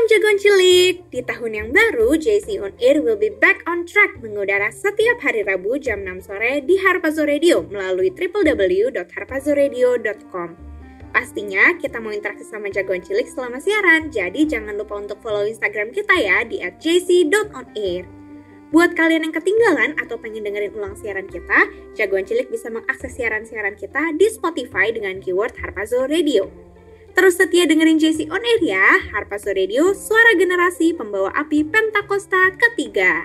Jagoan Cilik. Di tahun yang baru, JC On Air will be back on track mengudara setiap hari Rabu jam 6 sore di Harpazo Radio melalui www.harpazoradio.com. Pastinya kita mau interaksi sama Jagoan Cilik selama siaran, jadi jangan lupa untuk follow Instagram kita ya di @jc.onair. Buat kalian yang ketinggalan atau pengen dengerin ulang siaran kita, Jagoan Cilik bisa mengakses siaran-siaran kita di Spotify dengan keyword Harpazo Radio. Terus setia dengerin JC On Air ya, Harpazo Radio, suara generasi pembawa api Pentakosta ketiga.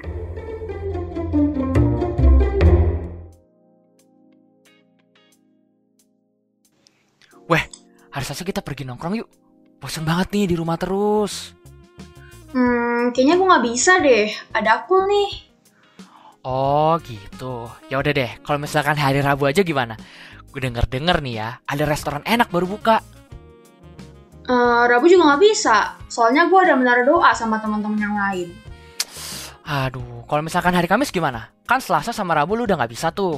Weh, hari Selasa kita pergi nongkrong yuk. Bosan banget nih di rumah terus. Kayaknya gue gak bisa deh, ada aku nih. Oh gitu, ya udah deh. Kalau misalkan hari Rabu aja gimana? Gue denger nih ya, ada restoran enak baru buka. Rabu juga gak bisa, soalnya gue ada menara doa sama teman-teman yang lain. Aduh, kalau misalkan hari Kamis gimana? Kan Selasa sama Rabu lu udah gak bisa tuh.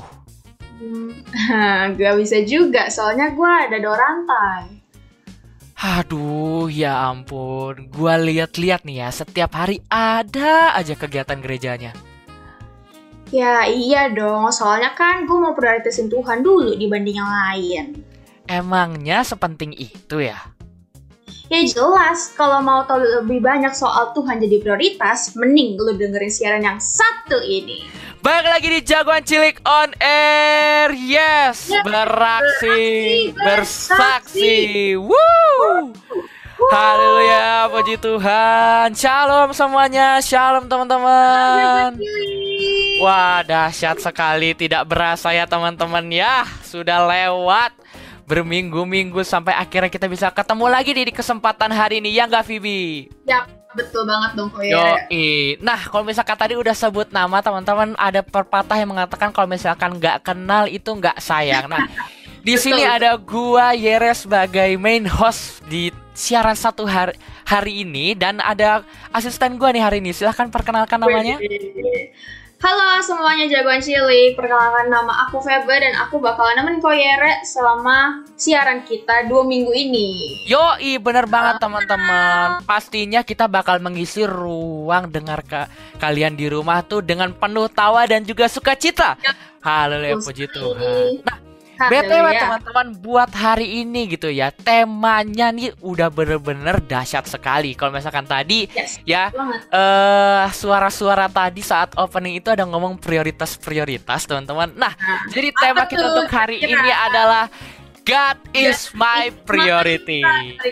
Gak bisa juga, soalnya gue ada doa rantai. Aduh, ya ampun. Gue lihat-lihat nih ya, setiap hari ada aja kegiatan gerejanya. Ya iya dong, soalnya kan gue mau prioritasin Tuhan dulu dibanding yang lain. Emangnya sepenting itu ya? Ya jelas, kalau mau tahu lebih banyak soal Tuhan jadi prioritas, mending lu dengerin siaran yang satu ini. Balik lagi di Jagoan Cilik On Air. Yes, beraksi, bersaksi. Woo! Haleluya, puji Tuhan. Shalom semuanya, shalom teman-teman. Wah, dahsyat sekali, tidak berasa ya teman-teman ya. Sudah lewat berminggu-minggu sampai akhirnya kita bisa ketemu lagi di kesempatan hari ini, ya nggak Phoebe? Ya, betul banget dong Koyer. Yoi. Nah, kalau misalkan tadi udah sebut nama teman-teman, ada pepatah yang mengatakan kalau misalkan nggak kenal itu nggak sayang. Nah, di sini ada gua Yere sebagai main host di siaran satu hari ini, dan ada asisten gua nih hari ini. Silahkan perkenalkan namanya. Halo semuanya Jagoan Cilik, perkenalkan nama aku Febe dan aku bakalan nemenin Koyere selama siaran kita 2 minggu ini. Yoi, bener banget teman-teman. Pastinya kita bakal mengisi ruang dengar kalian di rumah tuh dengan penuh tawa dan juga sukacita. Haleluya, puji Tuhan. Nah, BTW teman-teman, buat hari ini gitu ya, temanya nih udah bener-bener dahsyat sekali. Kalau misalkan tadi suara-suara tadi saat opening itu ada ngomong prioritas teman-teman. Nah, jadi tema kita untuk hari ini adalah God is my priority.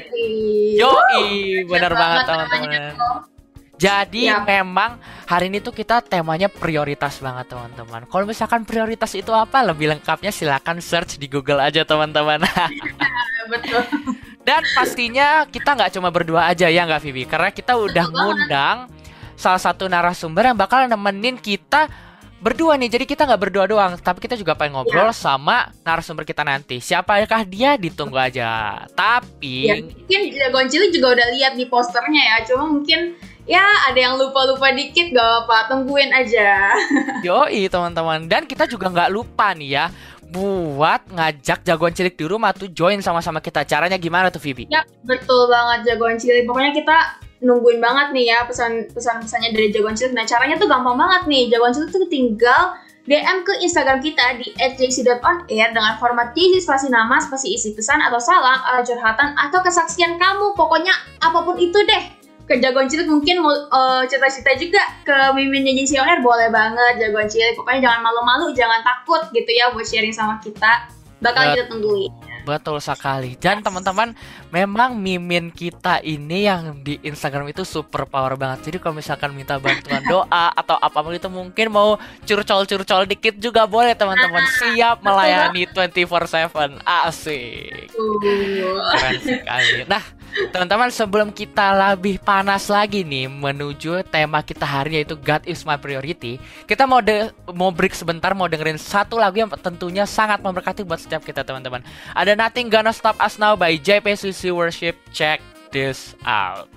Yoi, bener banget teman-teman. Jadi memang hari ini tuh kita temanya prioritas banget teman-teman. Kalau misalkan prioritas itu apa, lebih lengkapnya silakan search di Google aja teman-teman. Betul. Dan pastinya kita nggak cuma berdua aja ya nggak Vivi? Karena kita udah ngundang salah satu narasumber yang bakal nemenin kita berdua nih. Jadi kita nggak berdua doang, tapi kita juga pengen ngobrol sama narasumber kita nanti. Siapakah dia? Ditunggu aja. Tapi mungkin Jagoan Cilik juga udah lihat di posternya ya. Cuma mungkin ya ada yang lupa-lupa dikit, gak apa-apa, tungguin aja. Yoi teman-teman. Dan kita juga gak lupa nih ya buat ngajak Jagoan Cilik di rumah tuh join sama-sama kita. Caranya gimana tuh Vivi? Ya betul banget Jagoan Cilik. Pokoknya kita nungguin banget nih ya pesan-pesannya dari Jagoan Cilik. Nah caranya tuh gampang banget nih. Jagoan Cilik tuh tinggal DM ke Instagram kita di @jc.onair dengan format JC spasi nama, spasi isi pesan atau salam, atau curhatan atau kesaksian kamu. Pokoknya apapun itu deh. Ke Jagoan Cilik mungkin mau cerita-cerita juga ke miminnya JC On Air, boleh banget Jagoan Cilik. Pokoknya jangan malu-malu, jangan takut gitu ya buat sharing sama kita. Bakal kita tungguin. Betul sekali. Dan teman-teman, memang mimin kita ini yang di Instagram itu super power banget. Jadi kalau misalkan minta bantuan doa atau apapun itu, mungkin mau curcol-curcol dikit juga boleh teman-teman. Siap melayani 24/7. Asik. Keren sekali. Nah, teman-teman, sebelum kita lebih panas lagi nih menuju tema kita hari ini, yaitu God is my priority, kita mau break sebentar, mau dengerin satu lagu yang tentunya sangat memberkati buat setiap kita teman-teman. Ada Nothing Gonna Stop Us Now by JPCC Worship. Check this out.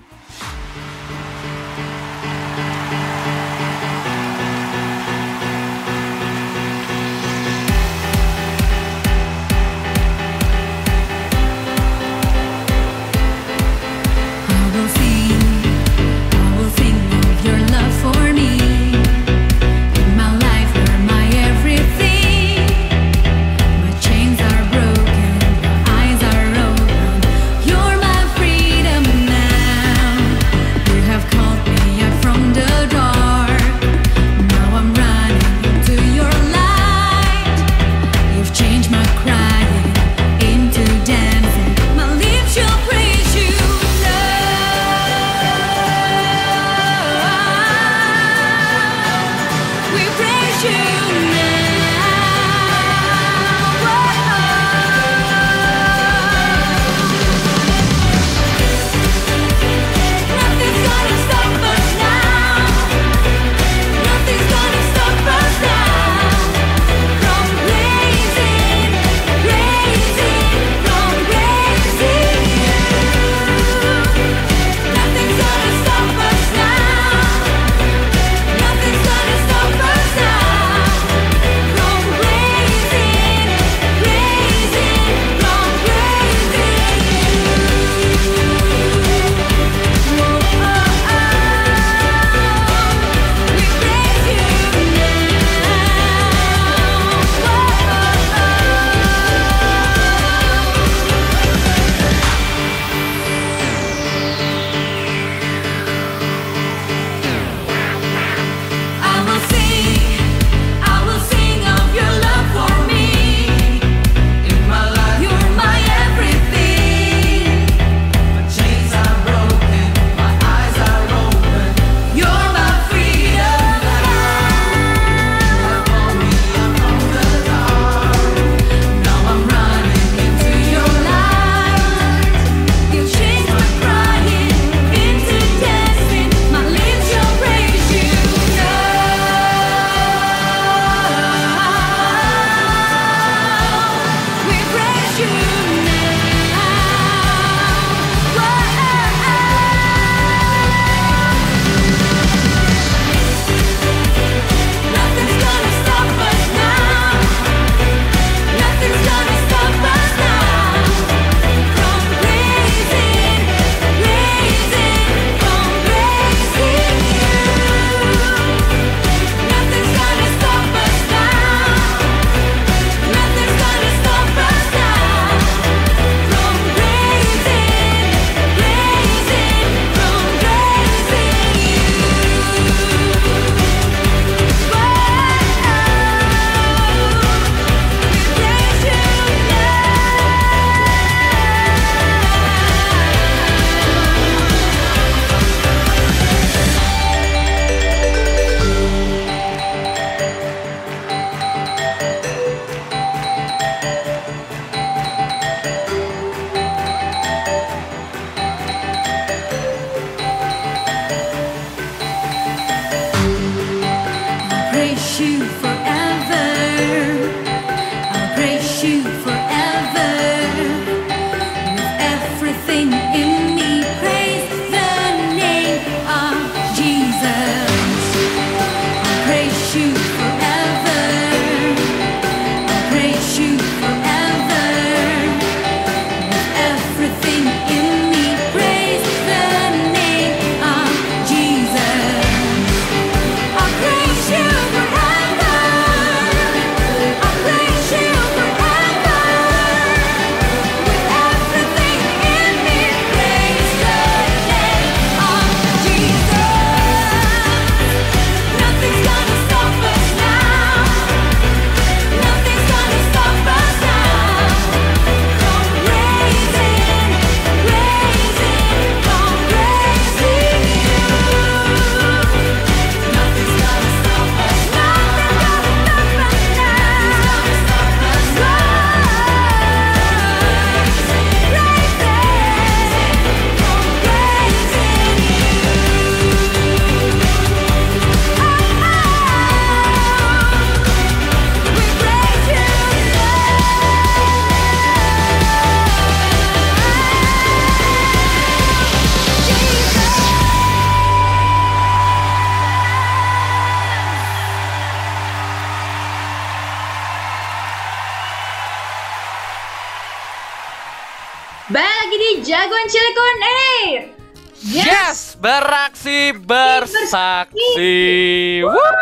Balik lagi di Jagoan Cilik on Air. Yes, beraksi bersaksi.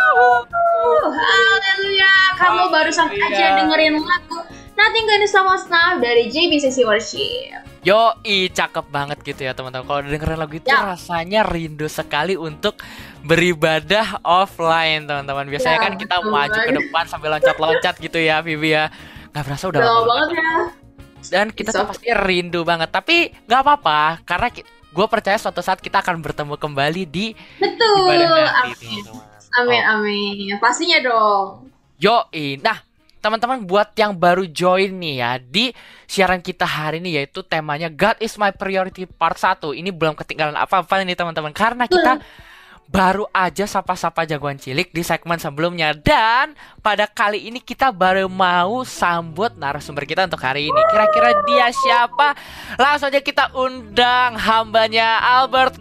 Haleluya. Kamu barusan aja dengerin lagu Nothing Gonna Stop Us Now dari JBCC Worship. Yoi, cakep banget gitu ya teman-teman. Kalau dengerin lagu itu rasanya rindu sekali untuk beribadah offline teman-teman. Biasanya kan kita maju ke depan sambil loncat-loncat gitu ya Vivi ya. Gak berasa udah lama banget ya. Dan kita tuh pasti rindu banget. Tapi gak apa-apa, karena gue percaya suatu saat kita akan bertemu kembali di ibadah nanti. Amin. Pastinya dong. Yoi. Nah, teman-teman buat yang baru join nih ya di siaran kita hari ini, yaitu temanya God is my priority part 1. Ini belum ketinggalan apa-apa nih teman-teman, karena kita baru aja sapa-sapa Jagoan Cilik di segmen sebelumnya. Dan pada kali ini kita baru mau sambut narasumber kita untuk hari ini. Kira-kira dia siapa? Langsung aja kita undang hambanya Albert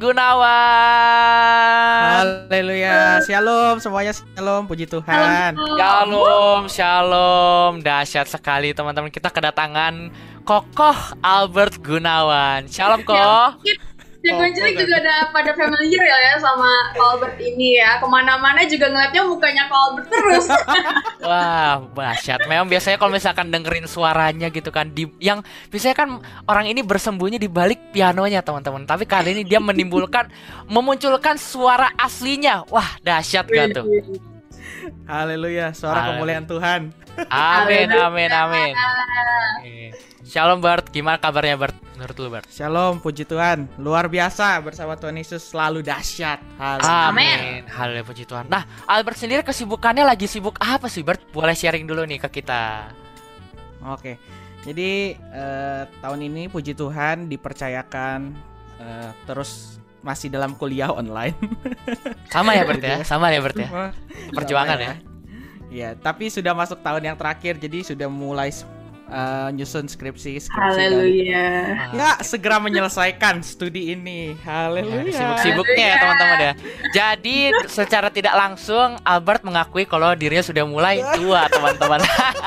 Gunawan. Haleluya, shalom semuanya, shalom, puji Tuhan. Shalom. Dahsyat sekali teman-teman, kita kedatangan Kokoh Albert Gunawan. Shalom Koh. Jagoan Cilik juga ada pada familiar ya sama Albert ini ya. Kemana-mana juga ngeliatnya mukanya Albert terus. Wah, dahsyat. Memang biasanya kalau misalkan dengerin suaranya gitu kan, yang biasanya kan orang ini bersembunyi di balik pianonya teman-teman. Tapi kali ini dia memunculkan suara aslinya. Wah, dahsyat gak tuh? Haleluya, suara kemuliaan Tuhan. Amin. Shalom Bert, gimana kabarnya Bert? Menurut lu Bert? Shalom, puji Tuhan. Luar biasa, bersama Tuhan Yesus selalu dahsyat. Amin. Haleluya, puji Tuhan. Nah, Albert sendiri kesibukannya lagi sibuk apa sih Bert? Boleh sharing dulu nih ke kita. Oke. Jadi tahun ini puji Tuhan dipercayakan terus masih dalam kuliah online. Sama ya Bert ya? Perjuangan ya? Ya, tapi sudah masuk tahun yang terakhir, jadi sudah mulai nyusun skripsi. Haleluya. Ya, segera menyelesaikan studi ini. Haleluya. Sibuk-sibuknya ya teman-teman ya. Jadi secara tidak langsung Albert mengakui kalau dirinya sudah mulai tua teman-teman.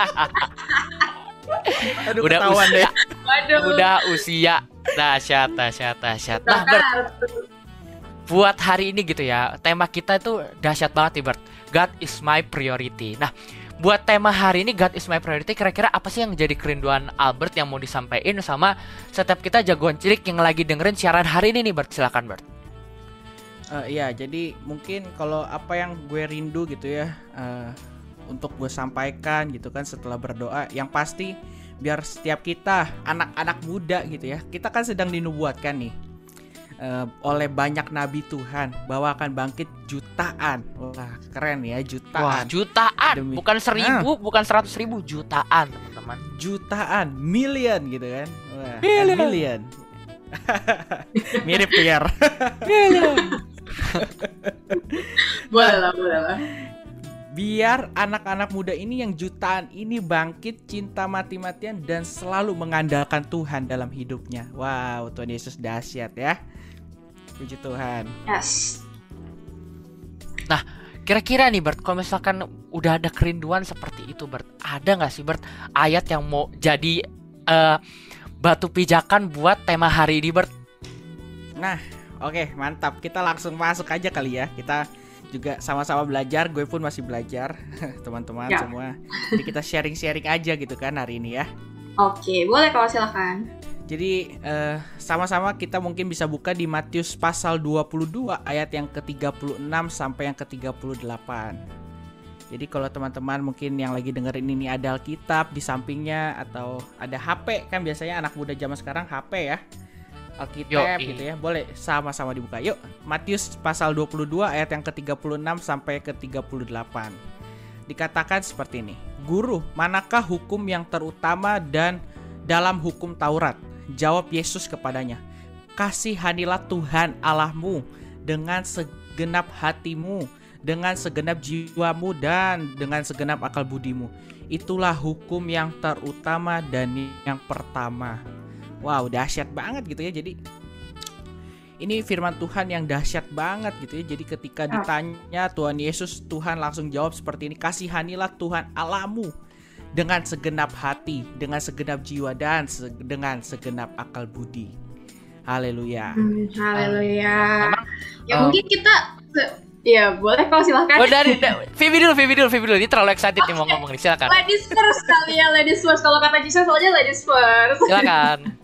Udah usia dahsyat. Nah Bert, buat hari ini gitu ya, tema kita itu dahsyat banget nih Bert. God is my priority. Nah, buat tema hari ini God is my priority, kira-kira apa sih yang jadi kerinduan Albert yang mau disampaikan sama setiap kita Jagoan Cilik yang lagi dengerin siaran hari ini nih Bert? Silakan Bert. Iya, jadi mungkin kalau apa yang gue rindu gitu ya, untuk gue sampaikan gitu kan setelah berdoa, yang pasti biar setiap kita anak-anak muda gitu ya, kita kan sedang dinubuatkan nih oleh banyak nabi Tuhan bahwa akan bangkit jutaan. Wah, keren ya, jutaan. Wah, jutaan. Bukan 1000, bukan 100.000, jutaan, teman-teman. Jutaan, million gitu kan. Wah, million. Mirip Pierre. Boleh lah. Biar anak-anak muda ini yang jutaan ini bangkit cinta mati-matian dan selalu mengandalkan Tuhan dalam hidupnya. Wow, Tuhan Yesus dahsyat ya. Puji Tuhan. Yes. Nah, kira-kira nih Bert, kalau misalkan udah ada kerinduan seperti itu Bert, ada gak sih Bert ayat yang mau jadi batu pijakan buat tema hari ini Bert? Nah, oke, mantap. Kita langsung masuk aja kali ya. Kita juga sama-sama belajar, gue pun masih belajar, teman-teman semua. Jadi kita sharing-sharing aja gitu kan hari ini ya. Oke, boleh kalau silakan. Jadi sama-sama kita mungkin bisa buka di Matius pasal 22 ayat yang ke-36 sampai yang ke-38. Jadi kalau teman-teman mungkin yang lagi dengerin ini ada Alkitab di sampingnya atau ada HP, kan biasanya anak muda zaman sekarang HP ya, Alkitab gitu ya, boleh sama-sama dibuka. Yuk, Matius pasal 22 ayat yang ke-36 sampai ke-38. Dikatakan seperti ini. Guru, manakah hukum yang terutama dan dalam hukum Taurat? Jawab Yesus kepadanya, kasihanilah Tuhan Allahmu dengan segenap hatimu, dengan segenap jiwamu, dan dengan segenap akal budimu. Itulah hukum yang terutama dan yang pertama. Wow, dahsyat banget gitu ya. Jadi ini firman Tuhan yang dahsyat banget gitu ya. Jadi ketika ditanya Tuhan Yesus, Tuhan langsung jawab seperti ini, kasihanilah Tuhan Allahmu dengan segenap hati, dengan segenap jiwa dan dengan segenap akal budi. Haleluya. Haleluya. Memang, Ya mungkin kita ya boleh kalau silahkan. Oh dari Vivi dulu. Ini terlalu excited nih mau ngomong nih. Silakan. Ladies first kali ya, ladies first. Kalau kata Jesus soalnya ladies first. Silakan.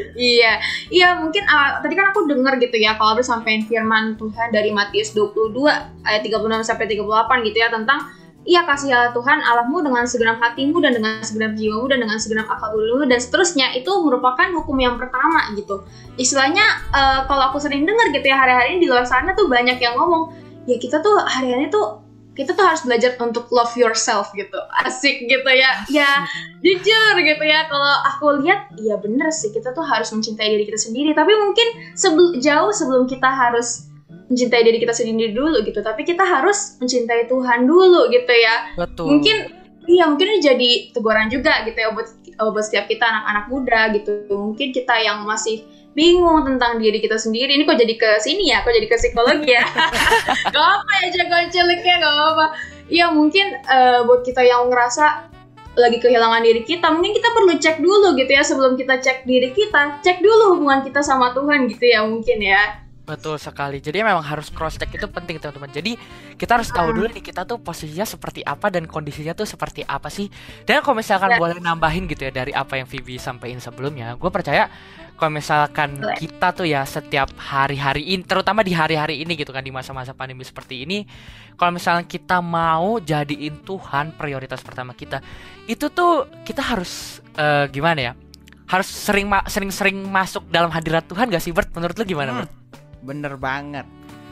Iya mungkin tadi kan aku dengar gitu ya kalau sampein firman Tuhan dari Matius 22 ayat 36 sampai 38 gitu ya tentang kasihilah Tuhan Allahmu dengan segenap hatimu dan dengan segenap jiwamu dan dengan segenap akal budimu dan seterusnya. Itu merupakan hukum yang pertama gitu. Istilahnya kalau aku sering dengar gitu ya hari-hari ini di luar sana tuh banyak yang ngomong ya kita tuh hari-hari tuh kita tuh harus belajar untuk love yourself gitu. Asik gitu ya. Ya, jujur gitu ya. Kalau aku lihat, ya bener sih. Kita tuh harus mencintai diri kita sendiri. Tapi mungkin jauh sebelum kita harus mencintai diri kita sendiri dulu gitu. Tapi kita harus mencintai Tuhan dulu gitu ya. Betul. Mungkin ini jadi teguran juga gitu ya buat setiap kita anak-anak muda gitu. Mungkin kita yang masih bingung tentang diri kita sendiri. Ini kok jadi ke sini ya? Kok jadi ke psikologi ya? Gak apa ya jagoan ciliknya, gak apa. Ya mungkin buat kita yang ngerasa lagi kehilangan diri kita, mungkin kita perlu cek dulu gitu ya. Sebelum kita cek diri kita, cek dulu hubungan kita sama Tuhan gitu ya mungkin ya. Betul sekali. Jadi memang harus cross check itu penting teman-teman. Jadi kita harus tahu dulu nih kita tuh posisinya seperti apa dan kondisinya tuh seperti apa sih. Dan kalau misalkan boleh nambahin gitu ya dari apa yang Vivi sampaikan sebelumnya, gue percaya kalau misalkan kita tuh ya setiap hari-hari ini, terutama di hari-hari ini gitu kan, di masa-masa pandemi seperti ini, kalau misalkan kita mau jadiin Tuhan prioritas pertama kita, itu tuh kita harus gimana ya? Harus sering-sering masuk dalam hadirat Tuhan gak sih Bert? Menurut lu gimana Bert? Bener banget.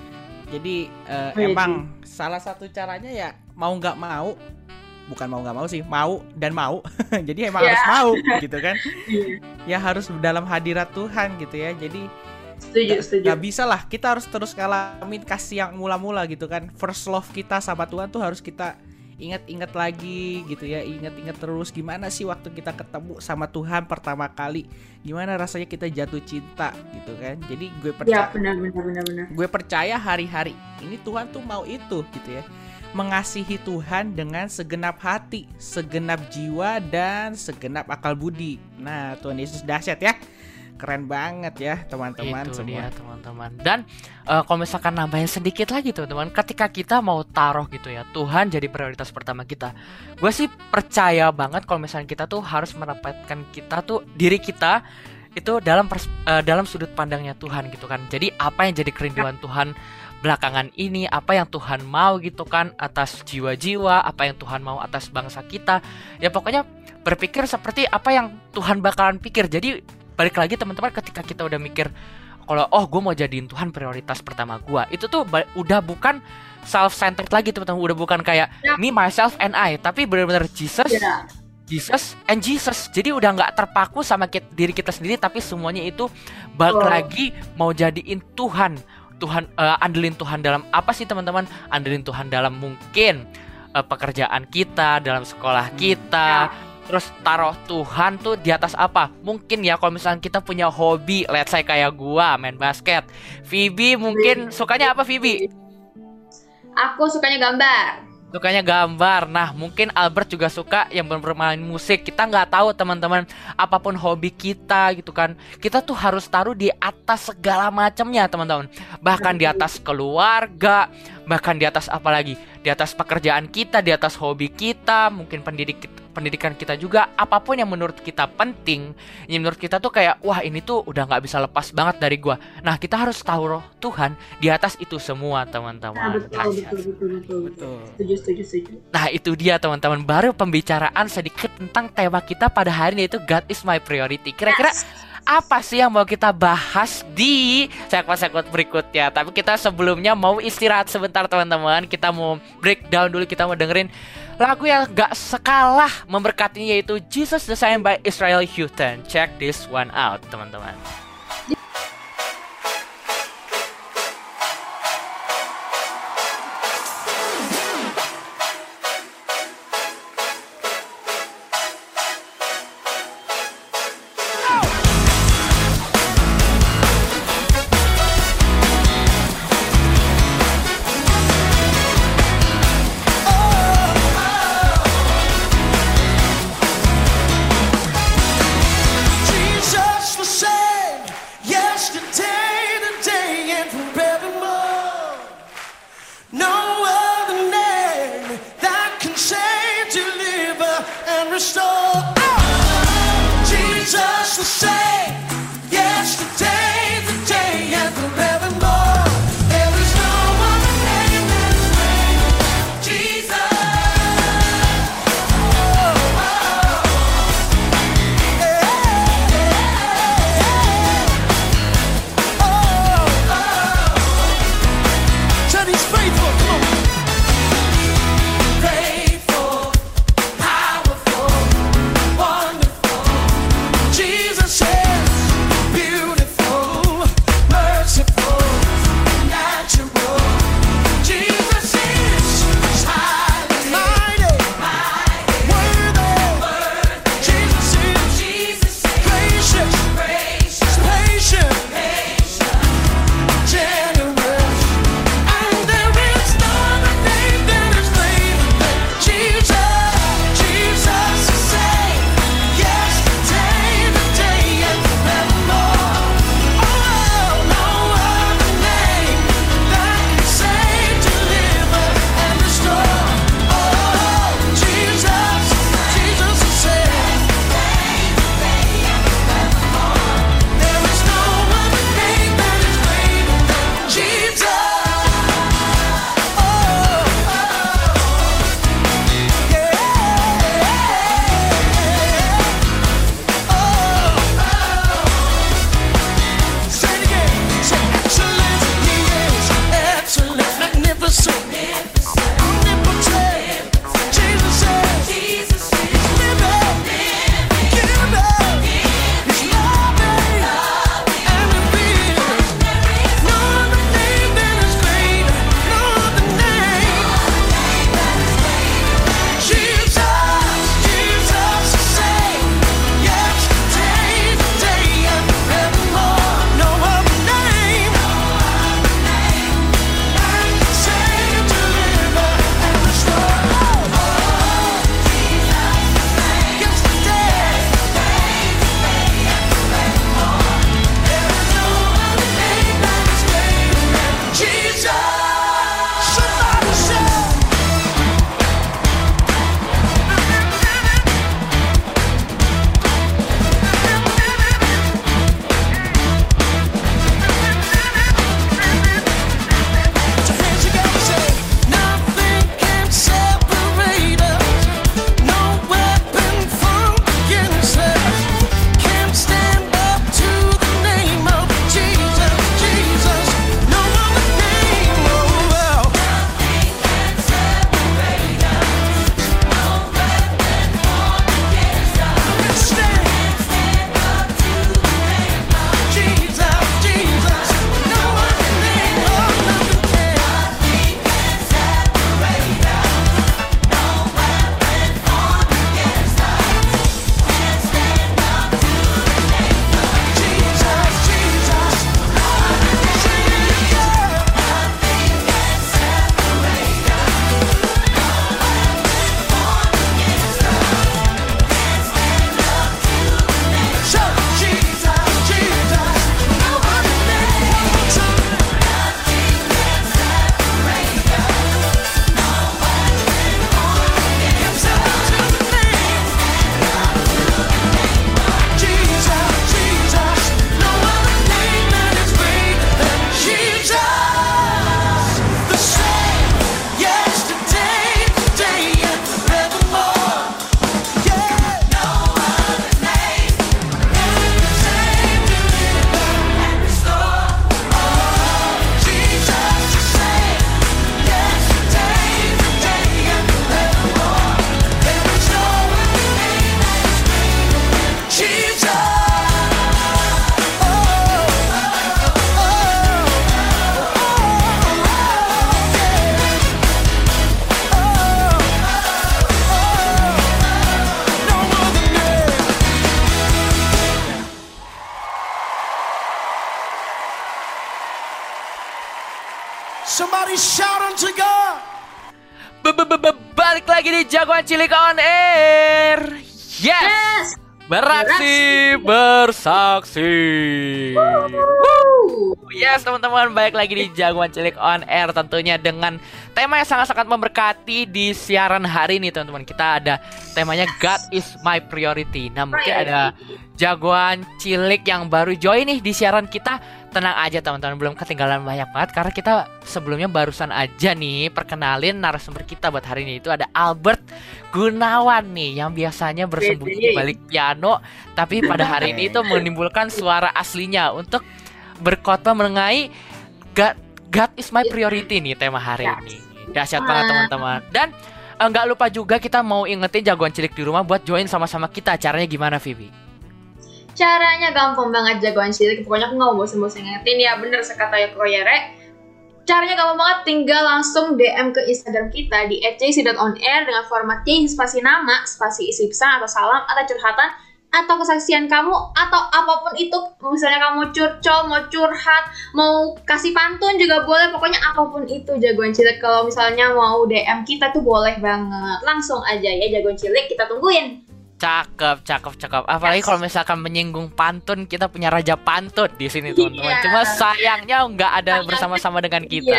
Jadi emang salah satu caranya ya mau nggak mau, bukan mau nggak mau sih, mau dan mau. Jadi emang harus mau gitu kan. Ya harus dalam hadirat Tuhan gitu ya. Jadi setuju. Gak bisa lah, kita harus terus ngalamin kasih yang mula-mula gitu kan. First love kita sama Tuhan tuh harus kita ingat-ingat lagi gitu ya. Ingat-ingat terus gimana sih waktu kita ketemu sama Tuhan pertama kali, gimana rasanya kita jatuh cinta gitu kan. Jadi gue percaya, ya benar. Gue percaya hari-hari ini Tuhan tuh mau itu gitu ya, mengasihi Tuhan dengan segenap hati, segenap jiwa dan segenap akal budi. Nah, Tuhan Yesus dahsyat ya. Keren banget ya teman-teman itu semua. Dia, teman-teman. Dan kalau misalkan nambahin sedikit lagi teman-teman, ketika kita mau taruh gitu ya Tuhan jadi prioritas pertama kita, gue sih percaya banget kalau misalnya kita tuh harus menempatkan kita tuh diri kita itu dalam sudut pandangnya Tuhan gitu kan. Jadi apa yang jadi kerinduan Tuhan belakangan ini, apa yang Tuhan mau gitu kan atas jiwa-jiwa, apa yang Tuhan mau atas bangsa kita. Ya pokoknya berpikir seperti apa yang Tuhan bakalan pikir. Jadi balik lagi teman-teman, ketika kita udah mikir kalau gue mau jadiin Tuhan prioritas pertama gue, itu tuh udah bukan self-centered lagi teman-teman, udah bukan kayak me, myself, and I, tapi benar-benar Jesus and Jesus. Jadi udah nggak terpaku sama diri kita sendiri, tapi semuanya itu balik lagi mau jadiin Tuhan, andelin Tuhan dalam apa sih teman-teman? Andelin Tuhan dalam mungkin pekerjaan kita, dalam sekolah kita. Terus taruh Tuhan tuh di atas apa? Mungkin ya kalau misalnya kita punya hobi, let's say kayak gua main basket. Vivi mungkin sukanya apa Vivi? Aku sukanya gambar. Nah mungkin Albert juga suka yang bermain musik. Kita nggak tahu teman-teman, apapun hobi kita gitu kan, kita tuh harus taruh di atas segala macamnya teman-teman. Bahkan di atas keluarga, bahkan di atas apa lagi, di atas pekerjaan kita, di atas hobi kita, mungkin pendidikan kita juga. Apapun yang menurut kita penting, yang menurut kita tuh kayak wah ini tuh udah nggak bisa lepas banget dari gua. Nah kita harus taruh Tuhan di atas itu semua teman-teman. Betul. Setuju. Nah itu dia teman-teman, baru pembicaraan sedikit tentang tema kita pada hari ini, yaitu God is my priority. Kira-kira apa sih yang mau kita bahas di segmen-segmen berikutnya? Tapi kita sebelumnya mau istirahat sebentar teman-teman. Kita mau breakdown dulu, kita mau dengerin lagu yang gak sekalah memberkatinya, yaitu Jesus the Sign by Israel Houghton. Check this one out teman-teman. same yesterday, today, and forevermore. There is no other name that is greater than Jesus. Said he's faithful, come on. Faithful, powerful, wonderful. Jesus is beautiful, merciful, natural. Jesus is highly mighty, worthy. Jesus is gracious, patient, generous. And there is no other name that is greater than Jesus. Jesus the same yesterday, today, and forevermore. Oh, no other name that can save, deliver, and restore. Oh, Jesus, Jesus the same. There is no other name that is greater than Jesus. Say it again. Say excellent, he is excellent, magnificent, omnipotent. Jesus is living, giving, he's loving, and revealing. No other name that is greater, no other name. Jesus, Jesus the same, yesterday, today, and forevermore. No other name that can save, deliver, and restore. Yesterday, there is no other name that is greater than Jesus. Somebody say. So hands together, say, nothing can separate us. No weapon formed against us can stand up to the name of Jesus. Jesus, no other name, oh well. Nothing can separate us. No weapon formed against us can stand up to the name of Jesus. Jesus, no other name, oh nothing can. Nothing can separate us. No weapon formed against us can stand up to the name of Jesus. Jesus, no other name. Say it again. Nothing can separate us. No weapon formed against us can stand up to the name. So Jesus, Jesus, no other name. So nothing can separate us. No weapon formed against us can stand up to the name of Jesus. Jesus, no other name that is greater than Jesus. The same yesterday, today, and forevermore. Yeah. No other name that can save, deliver, and restore. Oh, Jesus the same yesterday, today, and forevermore. There is no other name that is greater than Jesus. Somebody shout unto God. Balik lagi di Jagoan Cilik on Air. Yes. Beraksi bersaksi. Yes, teman-teman, balik lagi di Jagoan Cilik on Air, tentunya dengan tema yang sangat-sangat memberkati di siaran hari ini, teman-teman. Kita ada temanya God is my priority. Nah, mungkin ada Jagoan Cilik yang baru join nih di siaran kita. Tenang aja teman-teman, belum ketinggalan banyak banget, karena kita sebelumnya barusan aja nih perkenalin narasumber kita buat hari ini. Itu ada Albert Gunawan nih, yang biasanya bersembunyi di balik piano, tapi pada hari ini itu menimbulkan suara aslinya untuk berkhotbah mengenai God is my priority nih tema hari ini. Dahsyat banget teman-teman. Dan nggak lupa juga kita mau ingetin Jagoan Cilik di rumah buat join sama-sama kita. Caranya gimana, Vivi? Caranya gampang banget Jagoan Cilik. Pokoknya aku nggak mau bosan-bosan ngingetin ya, bener sekata ya Koyere. Caranya gampang banget, tinggal langsung DM ke Instagram kita di @jc.onair dengan format J spasi nama, spasi isi pesan atau salam atau curhatan atau kesaksian kamu atau apapun itu. Misalnya kamu curcol, mau curhat, mau kasih pantun juga boleh. Pokoknya apapun itu Jagoan Cilik. Kalau misalnya mau DM kita tuh boleh banget. Langsung aja ya Jagoan Cilik, kita tungguin. Cakep. Apalagi kalau misalkan menyinggung pantun, kita punya raja pantun di sini teman-teman. Cuma sayangnya nggak ada bersama-sama dengan kita.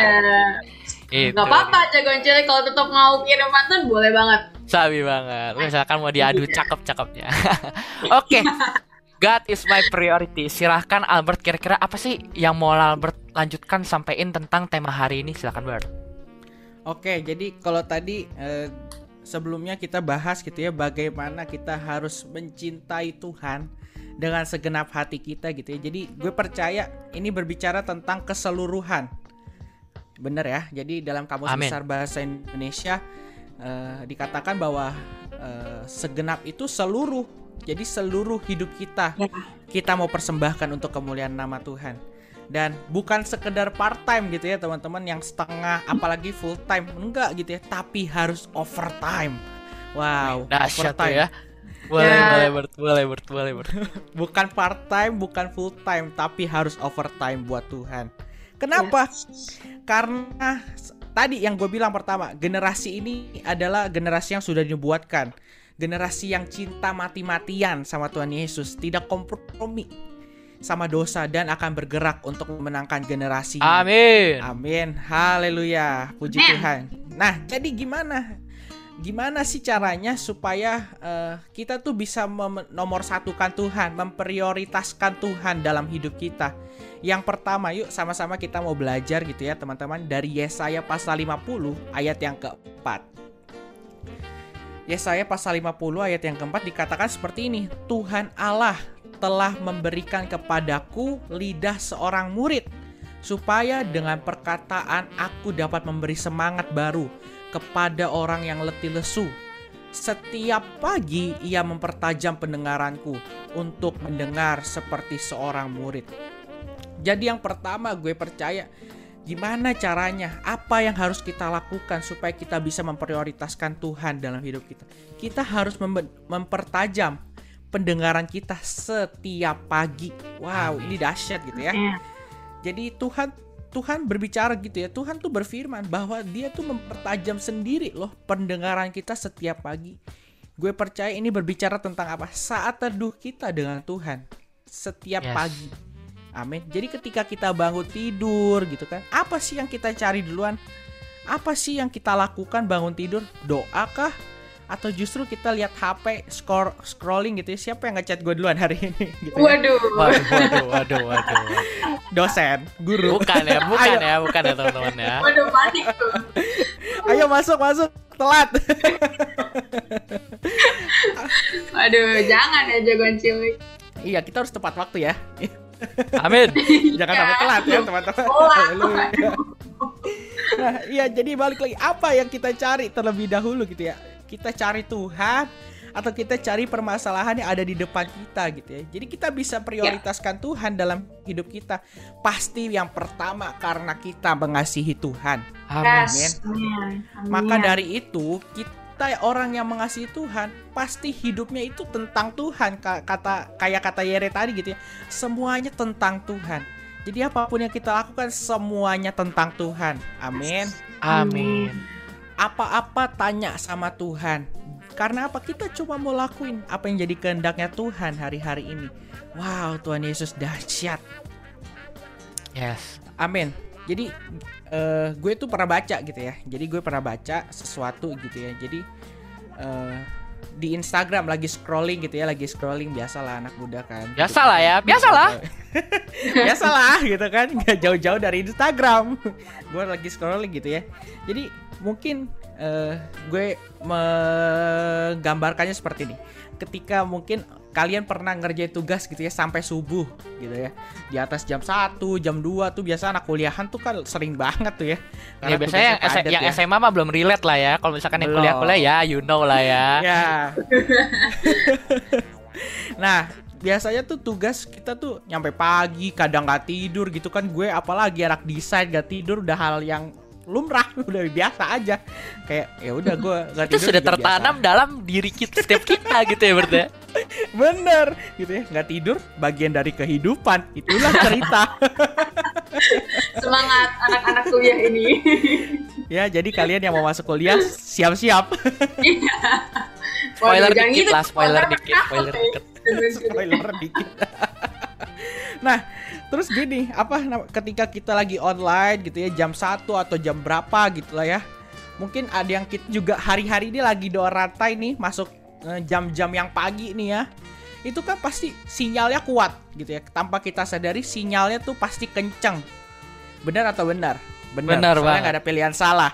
Nggak apa-apa Jagoan Cilik, kalau tetap mau kirim pantun boleh banget. Sabi banget. Misalkan mau diadu cakep-cakepnya. Oke. God is my priority. Silahkan Albert, kira-kira apa sih yang mau Albert lanjutkan sampein tentang tema hari ini? Silahkan Bert. Oke, jadi kalau tadi sebelumnya kita bahas gitu ya, bagaimana kita harus mencintai Tuhan dengan segenap hati kita gitu ya. Jadi gue percaya ini berbicara tentang keseluruhan. Bener ya. Jadi dalam Kamus Besar Bahasa Indonesia dikatakan bahwa segenap itu seluruh. Jadi seluruh hidup kita mau persembahkan untuk kemuliaan nama Tuhan. Dan bukan sekedar part time gitu ya teman-teman, yang setengah apalagi full time, enggak gitu ya, tapi harus overtime. Wow, overtime ya. Boleh. Bukan part time, bukan full time, tapi harus overtime buat Tuhan. Kenapa? Karena tadi yang gue bilang pertama, generasi ini adalah generasi yang sudah dibuatkan, generasi yang cinta mati-matian sama Tuhan Yesus, tidak kompromi sama dosa dan akan bergerak untuk memenangkan generasi. Amin. Haleluya. Puji Tuhan. Nah, jadi gimana sih caranya supaya kita tuh bisa menomorsatukan Tuhan, memprioritaskan Tuhan dalam hidup kita? Yang pertama, yuk sama-sama kita mau belajar gitu ya teman-teman, dari Yesaya pasal 50 ayat yang keempat. Yesaya pasal 50 ayat yang keempat dikatakan seperti ini. Tuhan Allah telah memberikan kepadaku lidah seorang murid, supaya dengan perkataan aku dapat memberi semangat baru kepada orang yang letih lesu. Setiap pagi ia mempertajam pendengaranku untuk mendengar seperti seorang murid. Jadi yang pertama gue percaya, gimana caranya, apa yang harus kita lakukan supaya kita bisa memprioritaskan Tuhan dalam hidup kita. Kita harus mempertajam pendengaran kita setiap pagi. Wow, ini dahsyat gitu ya. Jadi Tuhan berbicara gitu ya. Tuhan tuh berfirman bahwa dia tuh mempertajam sendiri loh pendengaran kita setiap pagi. Gue percaya ini berbicara tentang apa? Saat teduh kita dengan Tuhan setiap pagi. Amin. Jadi ketika kita bangun tidur gitu kan, apa sih yang kita cari duluan? Apa sih yang kita lakukan bangun tidur? Doa kah? Atau justru kita lihat HP, scrolling gitu ya? Siapa yang ngechat gue duluan hari ini? Gitu ya? Waduh. Dosen, guru. Bukan ya teman-teman ya. Waduh, panik tuh. Ayo masuk, telat. Aduh, jangan ya Jagoan Cilik. Iya, kita harus tepat waktu ya. Amin. Jangan sampai telat ya teman-teman. Nah, iya, jadi balik lagi, apa yang kita cari terlebih dahulu gitu ya? Kita cari Tuhan atau kita cari permasalahan yang ada di depan kita gitu ya. Jadi kita bisa prioritaskan Tuhan dalam hidup kita. Pasti yang pertama karena kita mengasihi Tuhan. Amin. Maka dari itu kita orang yang mengasihi Tuhan pasti hidupnya itu tentang Tuhan. Kata Yere tadi gitu ya. Semuanya tentang Tuhan. Jadi apapun yang kita lakukan semuanya tentang Tuhan. Amin. Apa-apa tanya sama Tuhan. Karena apa? Kita cuma mau lakuin apa yang jadi kehendaknya Tuhan hari-hari ini. Wow, Tuhan Yesus dahsyat. Yes. Amin. Jadi gue tuh pernah baca gitu ya. Jadi gue pernah baca sesuatu gitu ya. Jadi di Instagram lagi scrolling gitu ya, lagi scrolling, biasalah anak muda kan. Biasalah ya, biasalah. Biasalah gitu kan, nggak jauh-jauh dari Instagram. Gue lagi scrolling gitu ya. Jadi mungkin gue menggambarkannya seperti ini. Ketika mungkin kalian pernah ngerjain tugas gitu ya sampai subuh gitu ya. Di atas jam 1, jam 2 tuh biasa anak kuliahan tuh kan sering banget tuh ya. Ya biasanya yang ya. SMA mah belum relate lah ya. Kalau misalkan yang kuliah-kuliah ya you know lah ya. Ya. Nah, biasanya tuh tugas kita tuh nyampe pagi, kadang nggak tidur gitu kan. Gue apalagi anak desain nggak tidur udah hal yang lumrah, udah biasa aja. Kayak ya udah gue nggak tidur. Itu sudah juga tertanam biasa. dalam diri kita setiap kita gitu ya berarti. Bener gitu ya, nggak tidur bagian dari kehidupan, itulah cerita. Semangat anak-anak kuliah ini. Ya, jadi kalian yang mau masuk kuliah siap-siap. Spoiler Waduh, jangan dikit gitu, lah, spoiler dikit, takut, spoiler ya. dikit. Spoiler dikit. Nah, terus gini, ketika kita lagi online gitu ya, jam 1 atau jam berapa gitu lah ya. Mungkin ada yang kita juga hari-hari ini lagi doa rantai nih, masuk jam-jam yang pagi nih ya. Itu kan pasti sinyalnya kuat gitu ya. Tanpa kita sadari sinyalnya tuh pasti kenceng. Benar atau benar? Benar Soalnya banget. nggak ada pilihan salah.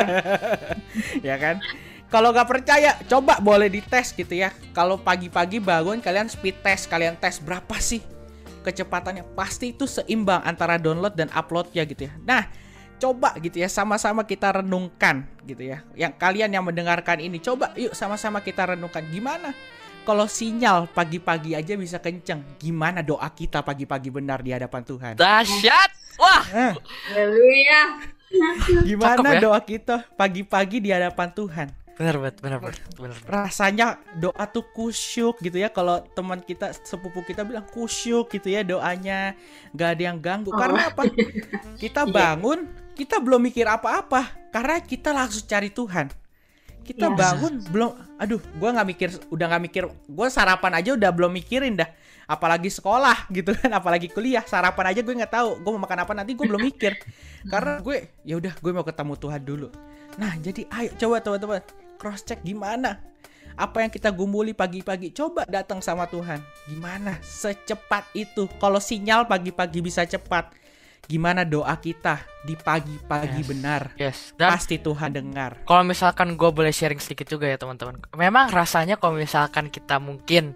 Ya kan? Kalau nggak percaya, coba boleh dites gitu ya. Kalau pagi-pagi bangun, kalian speed test, kalian tes berapa sih kecepatannya. Pasti itu seimbang antara download dan uploadnya gitu ya. Nah, coba gitu ya, sama-sama kita renungkan gitu ya. Yang kalian yang mendengarkan ini, coba yuk sama-sama kita renungkan. Gimana kalau sinyal pagi-pagi aja bisa kenceng? Gimana doa kita pagi-pagi benar di hadapan Tuhan? Dahsyat. Wah. Haleluya. Gimana Cakep ya. doa kita pagi-pagi di hadapan Tuhan? Benar. Rasanya doa tuh kusyuk gitu ya. Kalau teman kita, sepupu kita bilang kusyuk gitu ya doanya, gak ada yang ganggu. Karena apa? Kita bangun, kita belum mikir apa-apa karena kita langsung cari Tuhan. Kita bangun belum, gue udah nggak mikir, gue sarapan aja udah belum mikirin dah. Apalagi sekolah gitu kan, apalagi kuliah, sarapan aja gue nggak tahu gue mau makan apa nanti, gue belum mikir. Karena gue ya udah, gue mau ketemu Tuhan dulu. Nah, jadi ayo coba teman-teman cross check gimana apa yang kita gumuli pagi-pagi, coba datang sama Tuhan. Gimana secepat itu? Kalau sinyal pagi-pagi bisa cepat, gimana doa kita di pagi-pagi benar? Yes. Dan Pasti Tuhan dengar. kalau misalkan gue boleh sharing sedikit juga ya teman-teman. Memang rasanya kalau misalkan kita mungkin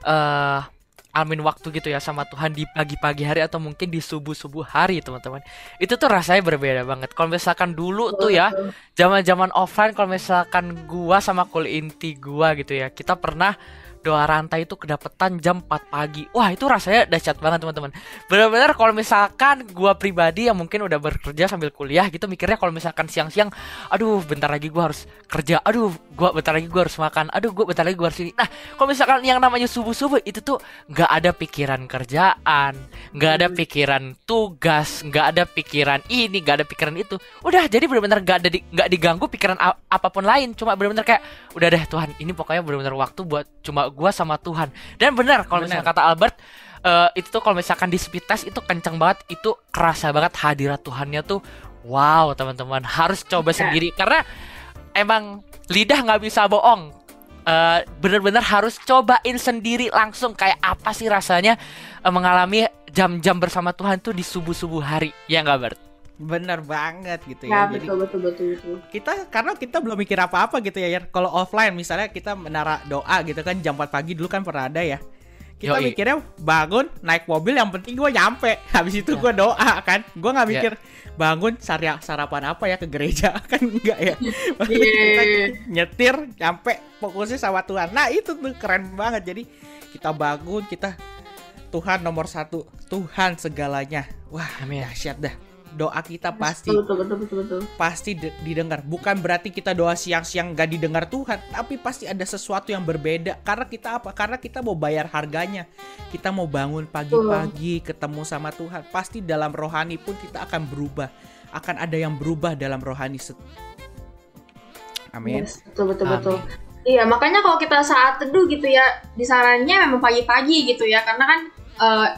alamin waktu gitu ya sama Tuhan di pagi-pagi hari atau mungkin di subuh-subuh hari teman-teman. Itu tuh rasanya berbeda banget. Kalau misalkan dulu tuh ya, zaman-zaman offline, kalau misalkan gua sama kul inti gua gitu ya, kita pernah doa rantai itu kedapetan jam 4 pagi. Wah, itu rasanya dahsyat banget teman-teman. Benar-benar kalau misalkan gua pribadi yang mungkin udah bekerja sambil kuliah gitu, mikirnya kalau misalkan siang-siang, aduh bentar lagi gua harus kerja, aduh gua bentar lagi gua harus makan, aduh gua bentar lagi gua harus ini. Nah, kalau misalkan yang namanya subuh-subuh itu tuh nggak ada pikiran kerjaan, nggak ada pikiran tugas, nggak ada pikiran ini, nggak ada pikiran itu. Udah, jadi benar-benar nggak diganggu pikiran apapun lain. Cuma benar-benar kayak udah deh Tuhan, ini pokoknya benar-benar waktu buat cuma gua sama Tuhan. Dan benar kalau misalnya kata Albert, itu tuh kalau misalkan di speed test itu kenceng banget, itu kerasa banget hadirat Tuhannya tuh. Wow, teman-teman harus coba sendiri karena emang lidah nggak bisa bohong. Bener-bener harus cobain sendiri langsung kayak apa sih rasanya mengalami jam-jam bersama Tuhan tuh di subuh-subuh hari. Ya nggak, Bert? Bener banget gitu Ya, ya. Jadi betul. karena kita belum mikir apa-apa gitu ya. Kalau offline misalnya kita menara doa gitu kan jam 4 pagi dulu kan pernah ada ya. Kita Yoi. mikirnya bangun naik mobil, yang penting gue nyampe. Habis itu gue doa kan. Gue nggak mikir bangun sarapan apa ya ke gereja kan, enggak ya. Kita nyetir nyampe fokusnya sama Tuhan. Nah itu tuh keren banget. Jadi kita bangun, kita Tuhan nomor 1, Tuhan segalanya. Wah, Amin. dahsyat dah. Doa kita pasti Betul. pasti didengar. Bukan berarti kita doa siang-siang gak didengar Tuhan, tapi pasti ada sesuatu yang berbeda. Karena kita apa? Karena kita mau bayar harganya. Kita mau bangun pagi-pagi ketemu sama Tuhan. Pasti dalam rohani pun kita akan berubah. Akan ada yang berubah dalam rohani. Amin. Yes, betul. Iya, makanya kalau kita saat teduh gitu ya, disarannya memang pagi-pagi gitu ya, karena kan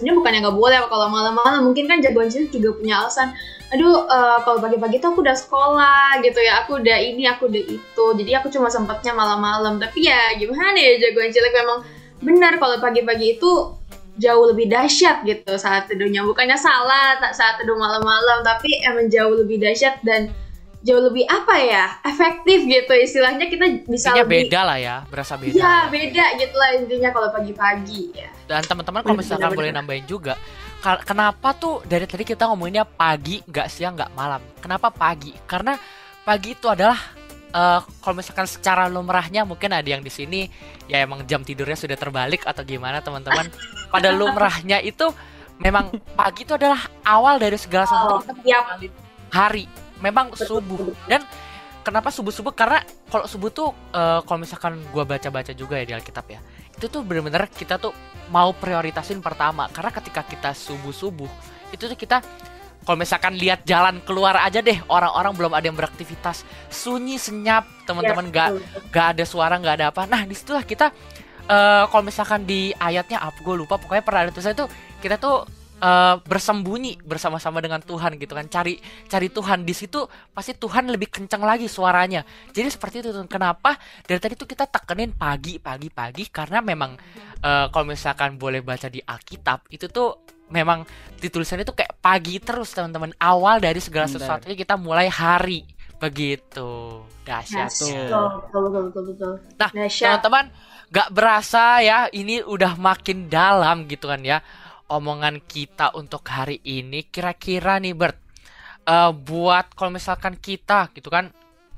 Sebenarnya bukannya nggak boleh kalau malam-malam, mungkin kan jagoan cilik juga punya alasan. Aduh, kalau pagi-pagi tuh aku udah sekolah gitu ya, aku udah ini, aku udah itu, jadi aku cuma sempatnya malam-malam. Tapi ya gimana ya, jagoan cilik memang benar kalau pagi-pagi itu jauh lebih dahsyat gitu saat teduhnya. Bukannya salah saat teduh malam-malam, tapi emang jauh lebih dahsyat dan jauh lebih efektif gitu istilahnya. Kita bisa Intinya lebih beda lah ya, berasa beda. Iya, ya. beda gitu lah intinya kalau pagi-pagi ya. Dan teman-teman kalau misalkan Bener-bener. boleh nambahin juga, kenapa tuh dari tadi kita ngomonginnya pagi, nggak siang, nggak malam? Kenapa pagi? Karena pagi itu adalah kalau misalkan secara lumrahnya mungkin ada yang di sini ya emang jam tidurnya sudah terbalik atau gimana teman-teman. Pada lumrahnya itu memang pagi itu adalah awal dari segala sesuatu Tiap hari. Memang subuh. Dan kenapa subuh-subuh? Karena kalau subuh tuh kalau misalkan gua baca-baca juga ya di Alkitab ya, itu tuh bener-bener kita tuh mau prioritasin pertama. Karena ketika kita subuh-subuh itu tuh kita kalau misalkan lihat jalan keluar aja deh, orang-orang belum ada yang beraktivitas, sunyi senyap, teman-teman, nggak ada suara, nggak ada apa. Nah disitulah kita kalau misalkan di ayatnya apa gue lupa, pokoknya pernah ada tulisan itu kita tuh bersembunyi bersama-sama dengan Tuhan gitu kan, cari Tuhan. Di situ pasti Tuhan lebih kencang lagi suaranya. Jadi seperti itu tuh. Kenapa dari tadi tuh kita tekenin pagi karena memang kalau misalkan boleh baca di Alkitab itu tuh memang ditulisannya tuh kayak pagi terus teman-teman, awal dari segala sesuatunya kita mulai hari begitu. Dahsyat tuh. Betul. Nah, Dahsyat. teman-teman, gak berasa ya, ini udah makin dalam gitu kan ya omongan kita untuk hari ini. Kira-kira nih Bert, buat kalau misalkan kita gitu kan,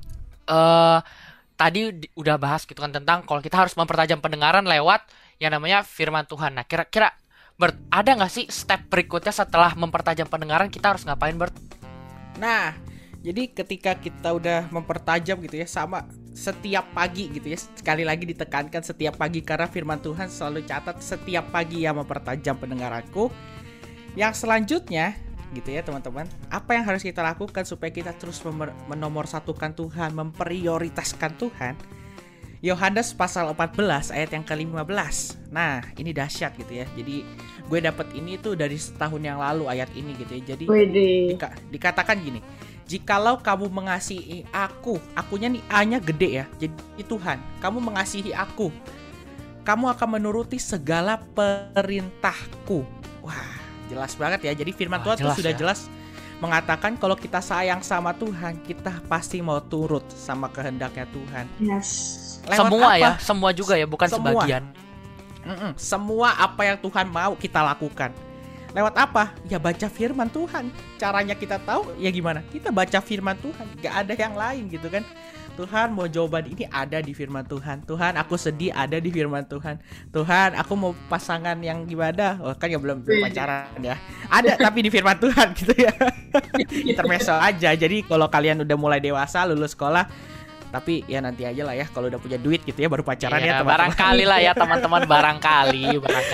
tadi udah bahas gitu kan tentang kalau kita harus mempertajam pendengaran lewat yang namanya firman Tuhan. Nah kira-kira Bert, ada gak sih step berikutnya setelah mempertajam pendengaran kita harus ngapain Bert? Nah, jadi ketika kita udah mempertajam gitu ya, sama setiap pagi gitu ya, sekali lagi ditekankan setiap pagi karena firman Tuhan selalu catat setiap pagi ya mempertajam pendengaranku. Yang selanjutnya gitu ya teman-teman, apa yang harus kita lakukan supaya kita terus menomorsatukan Tuhan, memprioritaskan Tuhan? Yohanes pasal 14 ayat yang ke-15. Nah, ini dahsyat gitu ya. Jadi gue dapet ini tuh dari setahun yang lalu ayat ini gitu ya. Jadi dikatakan gini, jikalau kamu mengasihi aku, akunya nih A-nya gede ya. Jadi Tuhan, kamu mengasihi aku, kamu akan menuruti segala perintahku. Wah, jelas banget ya. Jadi firman Tuhan tuh sudah jelas mengatakan kalau kita sayang sama Tuhan, kita pasti mau turut sama kehendaknya Tuhan. Yes. Lewat Semua apa? ya, semua juga ya, bukan Semua. sebagian. Semua apa yang Tuhan mau kita lakukan. Lewat apa? Ya baca firman Tuhan. Caranya kita tahu ya gimana? Kita baca firman Tuhan. Gak ada yang lain gitu kan. Tuhan mau jawaban ini ada di firman Tuhan. Tuhan aku sedih ada di firman Tuhan. Tuhan aku mau pasangan yang gimana? Oh kan ya belum pacaran ya. Ada tapi di firman Tuhan gitu ya. Intermezzo aja. Jadi kalau kalian udah mulai dewasa, lulus sekolah, tapi ya nanti aja lah ya kalau udah punya duit gitu ya baru pacaran ya teman-teman. Barangkali lah ya teman-teman, barangkali.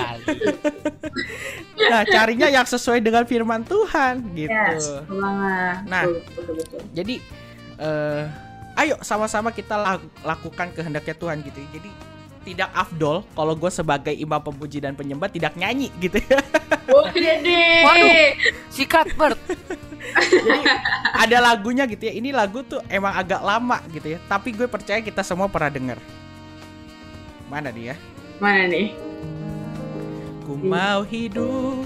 Nah carinya yang sesuai dengan firman Tuhan gitu. Yes, banget. Nah, betul. jadi ayo sama-sama kita lakukan kehendaknya Tuhan gitu. Jadi tidak afdol kalau gue sebagai imam pemuji dan penyembah tidak nyanyi gitu ya. Waduh, sikat Bert. Jadi ada lagunya gitu ya. Ini lagu tuh emang agak lama gitu ya. Tapi gue percaya kita semua pernah denger. Mana dia? Mana nih? Ku mau hidup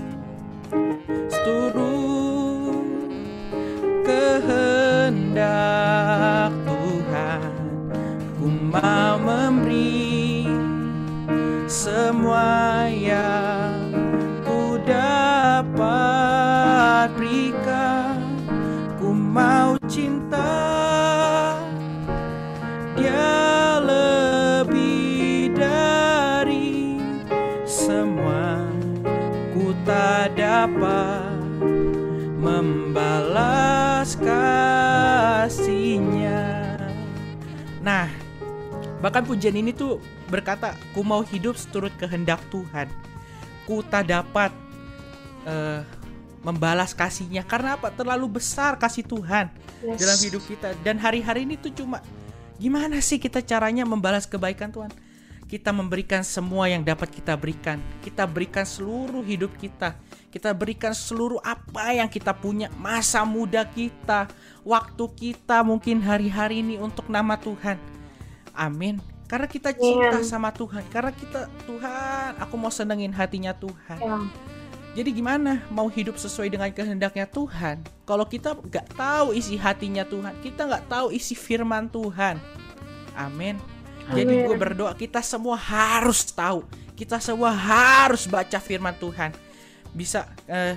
seturut kehendak Tuhan. Ku mau memberi semua yang ku dapat berikan. Ku mau cinta Dia lebih dari semua. Ku tak dapat membalas kasihnya. Nah, bahkan pujian ini tuh berkata, ku mau hidup seturut kehendak Tuhan. Ku tak dapat membalas kasihnya. Karena apa? Terlalu besar kasih Tuhan dalam hidup kita. Dan hari-hari ini tuh cuma gimana sih kita caranya membalas kebaikan Tuhan? kita memberikan semua yang dapat kita berikan. Kita berikan seluruh hidup kita. Kita berikan seluruh apa yang kita punya, masa muda kita, waktu kita, mungkin hari-hari ini untuk nama Tuhan. Amin. Karena kita cinta sama Tuhan. Karena kita, Tuhan, aku mau senengin hatinya Tuhan. Jadi gimana mau hidup sesuai dengan kehendaknya Tuhan kalau kita gak tahu isi hatinya Tuhan, kita gak tahu isi firman Tuhan. Amin. Jadi gue berdoa kita semua harus tahu, kita semua harus baca firman Tuhan. Bisa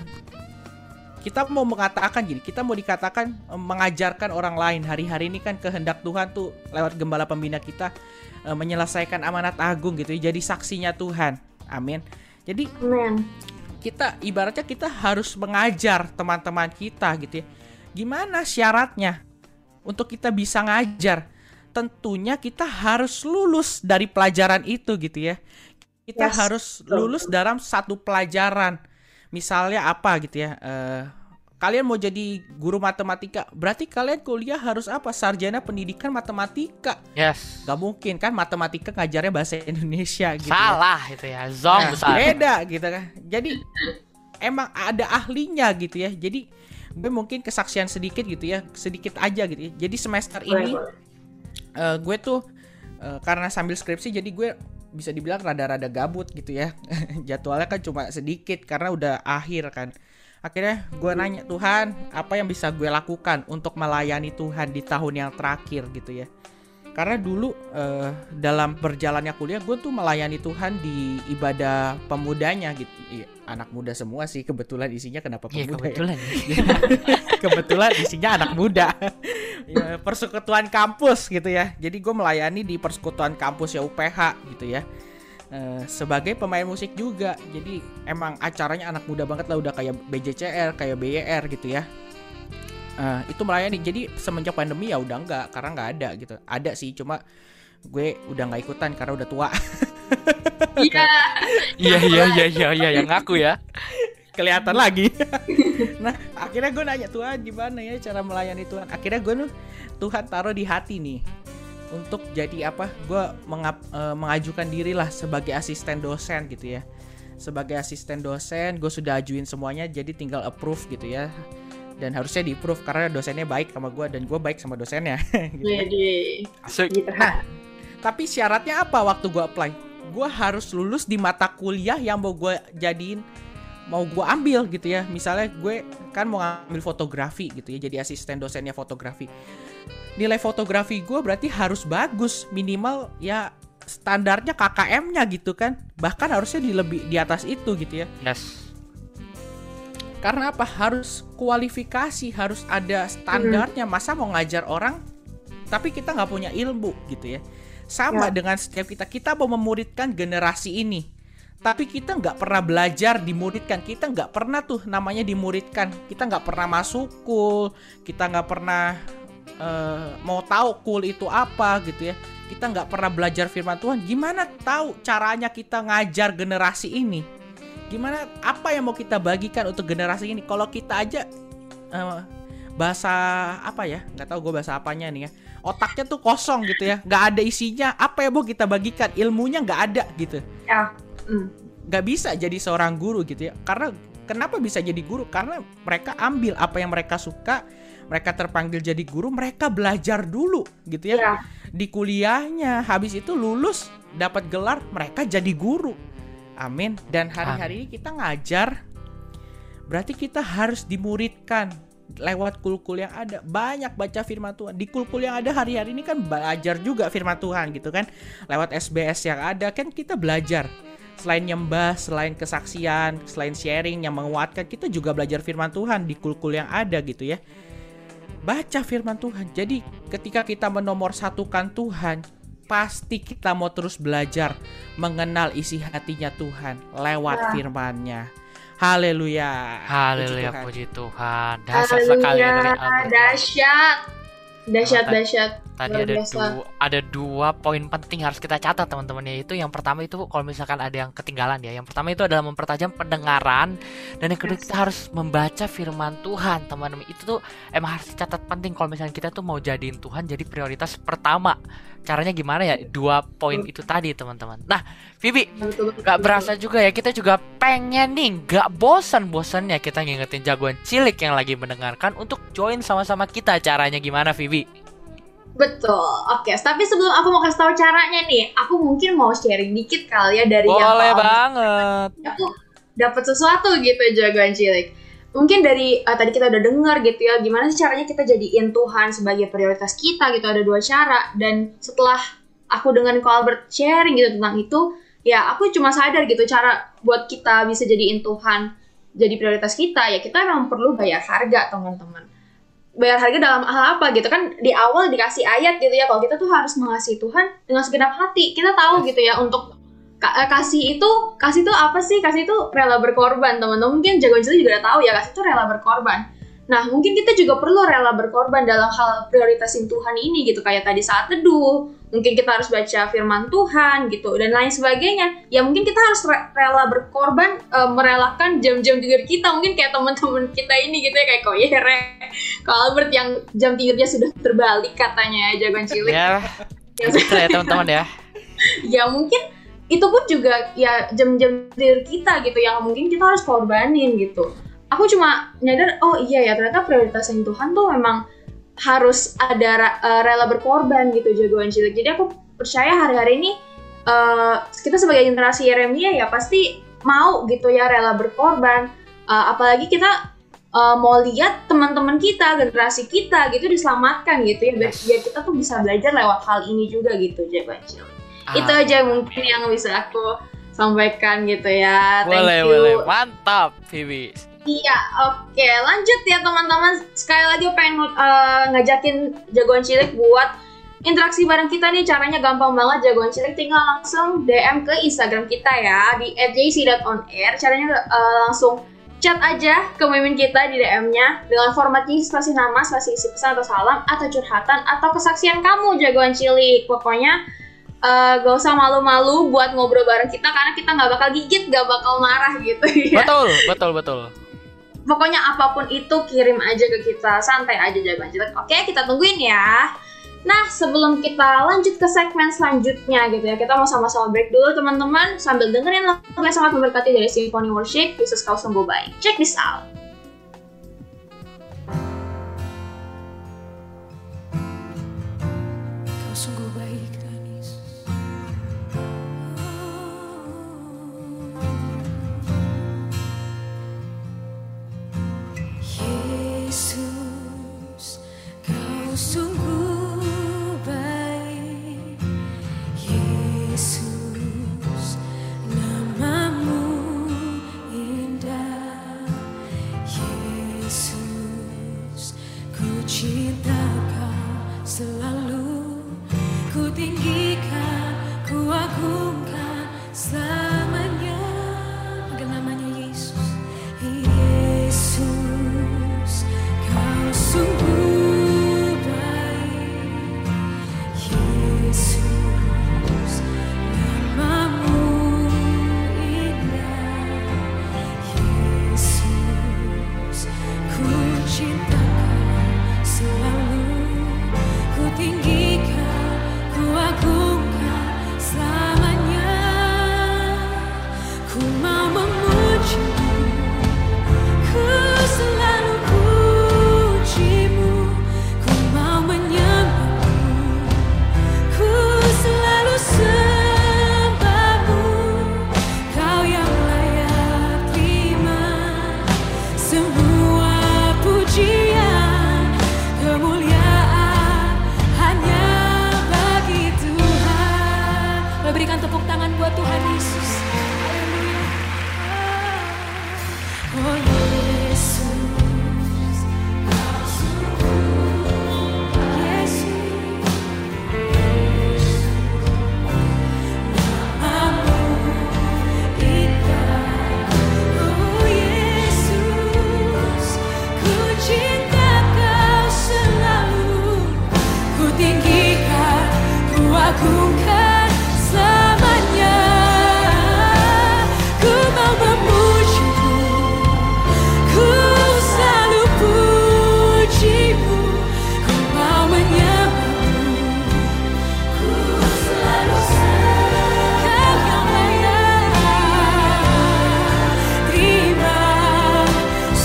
kita mau mengatakan gini, kita mau dikatakan mengajarkan orang lain. Hari-hari ini kan kehendak Tuhan tuh lewat gembala pembina kita menyelesaikan amanat agung gitu ya, jadi saksinya Tuhan. Amin. Jadi kita ibaratnya kita harus mengajar teman-teman kita gitu ya. Gimana syaratnya untuk kita bisa ngajar? Tentunya kita harus lulus dari pelajaran itu gitu ya. Kita harus lulus dalam satu pelajaran. Misalnya apa gitu ya, kalian mau jadi guru matematika, berarti kalian kuliah harus apa? Sarjana pendidikan matematika. Yes. Gak mungkin kan matematika ngajarnya bahasa Indonesia gitu. Salah ya. itu ya, zong besar. Beda gitu kan. Jadi emang ada ahlinya gitu ya. Jadi gue mungkin kesaksian sedikit gitu ya, sedikit aja gitu ya. Jadi semester ini gue tuh karena sambil skripsi, jadi gue bisa dibilang rada-rada gabut gitu ya. Jadwalnya kan cuma sedikit karena udah akhir kan. Akhirnya gue nanya, Tuhan, apa yang bisa gue lakukan untuk melayani Tuhan di tahun yang terakhir gitu ya. Karena dulu dalam berjalannya kuliah gue tuh melayani Tuhan di ibadah pemudanya gitu. Anak muda semua sih kebetulan isinya, kenapa pemuda? Kebetulan. Ya? Kebetulan isinya anak muda. Ya, persekutuan kampus gitu ya. Jadi gue melayani di persekutuan kampus ya UPH gitu ya. Sebagai pemain musik juga. Jadi emang acaranya anak muda banget lah, udah kayak BJCR, kayak BYR gitu ya. Itu melayani. Jadi semenjak pandemi ya udah enggak, karena enggak ada gitu. Ada sih, cuma gue udah enggak ikutan karena udah tua. Iya, yang ngaku ya. Kelihatan lagi. Nah, akhirnya gue nanya, Tuhan gimana ya cara melayani Tuhan? Akhirnya gue Tuhan taruh di hati nih untuk jadi apa? Gue mengajukan diri lah sebagai asisten dosen gitu ya. Sebagai asisten dosen, gue sudah ajuin semuanya, jadi tinggal approve gitu ya. Dan harusnya di approve karena dosennya baik sama gue dan gue baik sama dosennya. Gitu. Nah, tapi syaratnya apa waktu gue apply? Gue harus lulus di mata kuliah yang mau gue jadiin, mau gue ambil gitu ya. Misalnya gue kan mau ngambil fotografi gitu ya, jadi asisten dosennya fotografi. Nilai fotografi gue berarti harus bagus, minimal ya standarnya KKM-nya gitu kan. Bahkan harusnya di atas itu gitu ya. Yes. Karena apa? Harus kualifikasi, harus ada standarnya. Masa mau ngajar orang tapi kita nggak punya ilmu gitu ya. Sama dengan setiap kita mau memuridkan generasi ini, tapi kita nggak pernah belajar dimuridkan. Kita nggak pernah tuh namanya dimuridkan. Kita nggak pernah masuk kul, kita nggak pernah mau tahu kul itu apa gitu ya. Kita nggak pernah belajar firman Tuhan. Gimana tahu caranya kita ngajar generasi ini? Gimana, apa yang mau kita bagikan untuk generasi ini? Kalau kita aja bahasa apa ya? Nggak tahu gue bahasa apanya nih ya. Otaknya tuh kosong gitu ya, nggak ada isinya. Apa yang mau kita bagikan? Ilmunya nggak ada gitu. Nggak bisa jadi seorang guru gitu ya. Karena kenapa bisa jadi guru? Karena mereka ambil apa yang mereka suka. Mereka terpanggil jadi guru, mereka belajar dulu gitu ya. Di kuliahnya, habis itu lulus, dapat gelar, mereka jadi guru. Amin. Dan hari-hari ini kita ngajar, berarti kita harus dimuridkan lewat kul-kul yang ada. Banyak baca firman Tuhan. Di kul-kul yang ada hari-hari ini kan belajar juga firman Tuhan gitu kan. Lewat SBS yang ada kan kita belajar. Selain nyembah, selain kesaksian, selain sharing yang menguatkan, kita juga belajar firman Tuhan di kul-kul yang ada gitu ya. Baca firman Tuhan. Jadi ketika kita menomorsatukan Tuhan, pasti kita mau terus belajar mengenal isi hatinya Tuhan lewat firman-Nya. Haleluya. Puji Tuhan. Dahsyat sekali dari Allah. Dahsyat. tadi Luar ada biasa. ada dua poin penting harus kita catat teman-teman, yaitu yang pertama itu kalau misalkan ada yang ketinggalan ya, yang pertama itu adalah mempertajam pendengaran, dan yang kedua kita harus membaca firman Tuhan teman-teman. Itu tuh emang harus dicatat penting kalau misalkan kita tuh mau jadiin Tuhan jadi prioritas pertama. Caranya gimana ya? Dua poin itu tadi teman-teman. Nah Vivi, Betul, betul, gak betul. berasa juga ya, kita juga pengen nih, gak bosan-bosannya kita ngingetin jagoan cilik yang lagi mendengarkan untuk join sama-sama kita. Caranya gimana Vivi? Betul. Oke, tapi sebelum aku mau kasih tahu caranya nih, aku mungkin mau sharing dikit kali ya dari yang Boleh Pak Om. banget. Aku dapat sesuatu gitu jagoan cilik. Mungkin dari tadi kita udah dengar gitu ya, gimana sih caranya kita jadiin Tuhan sebagai prioritas kita gitu. Ada dua cara, dan setelah aku dengan Ko Albert sharing gitu tentang itu, ya aku cuma sadar gitu cara buat kita bisa jadiin Tuhan jadi prioritas kita, ya kita memang perlu bayar harga teman-teman. Bayar harga dalam hal apa gitu kan, di awal dikasih ayat gitu ya, kalau kita tuh harus mengasihi Tuhan dengan segenap hati. Kita tahu gitu ya, untuk kasih itu apa sih? Kasih itu rela berkorban teman-teman. Mungkin jagoan cilik juga udah tahu ya, kasih itu rela berkorban. Nah mungkin kita juga perlu rela berkorban dalam hal prioritasin Tuhan ini gitu, kayak tadi saat teduh, mungkin kita harus baca firman Tuhan gitu, dan lain sebagainya. Ya mungkin kita harus rela berkorban, merelakan jam-jam tidur kita, mungkin kayak teman-teman kita ini gitu ya, kayak Ko Yere, Ko Albert yang jam tidurnya sudah terbalik katanya ya, jagoan cilik. Ya, gitu ya teman-teman ya. Ya mungkin itu pun juga ya jam-jam tidur kita gitu yang mungkin kita harus korbanin gitu. Aku cuma nyadar, oh iya ya ternyata prioritasin Tuhan tuh memang harus ada rela berkorban gitu jagoan cilik. Jadi aku percaya hari-hari ini kita sebagai generasi Yeremia ya pasti mau gitu ya rela berkorban. Apalagi kita mau lihat teman-teman kita, generasi kita gitu diselamatkan gitu ya, biar kita tuh bisa belajar lewat hal ini juga gitu jagoan cilik. Itu aja mungkin yang bisa aku sampaikan gitu ya. Thank Boleh, you. boleh. Mantap, Vivi. Iya, oke. Lanjut ya teman-teman. Sekali lagi aku pengen ngajakin jagoan cilik buat interaksi bareng kita nih. Caranya gampang banget jagoan cilik. Tinggal langsung DM ke Instagram kita ya di @jc.onair. Caranya langsung chat aja ke mimin kita di DM-nya dengan formatnya spasi nama, spasi isi pesan atau salam, atau curhatan, atau kesaksian kamu jagoan cilik. Pokoknya gak usah malu-malu buat ngobrol bareng kita, karena kita gak bakal gigit, gak bakal marah gitu ya. Betul. Pokoknya apapun itu kirim aja ke kita, santai aja jagoan cilik. Oke, kita tungguin ya. Nah, sebelum kita lanjut ke segmen selanjutnya gitu ya, kita mau sama-sama break dulu teman-teman, sambil dengerin lagu yang sangat memberkati dari Symphony Worship, Yesus Kau Sungguh Baik. Check this out. Kau sungguh baik Tuhan Yesus. Yesus, Kau sungguh baik. Yesus, namamu indah. Yesus, ku cinta Kau selalu. Ku tinggikan, ku agungkan selamanya. Panggil namanya Yesus. Yesus, Kau sungguh baik. Yesus, namamu indah. Yesus, ku cinta Kau selalu. Ku tinggikan, ku agungkan selamanya. Ku mau memuji-Mu, ku selalu puji-Mu. Ku mau menyembah-Mu, ku selalu sembah-Mu. Kau yang layak terima semua pujian, kemuliaan hanya bagi Tuhan. Boleh berikan tepuk tangan buat Tuhan Yesus. Haleluya. Oh Yesus, Kau sungguh Yesus. Namamu indah. Oh Yesus, ku cinta Kau selalu. Ku tinggi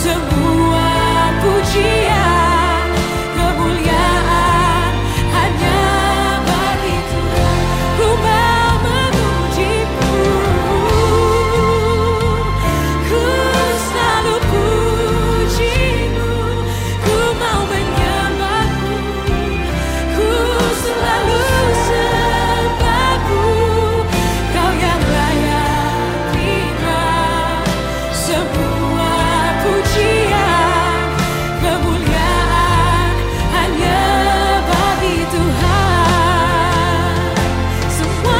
semua pujian, kemuliaan hanya bagi Tuhan. Ku mau memuji-Mu, ku selalu puji-Mu, ku mau menyembah-Mu, ku selalu sembah-Mu. Kau yang layak terima semua pujian, kemuliaan hanya bagi Tuhan. Semua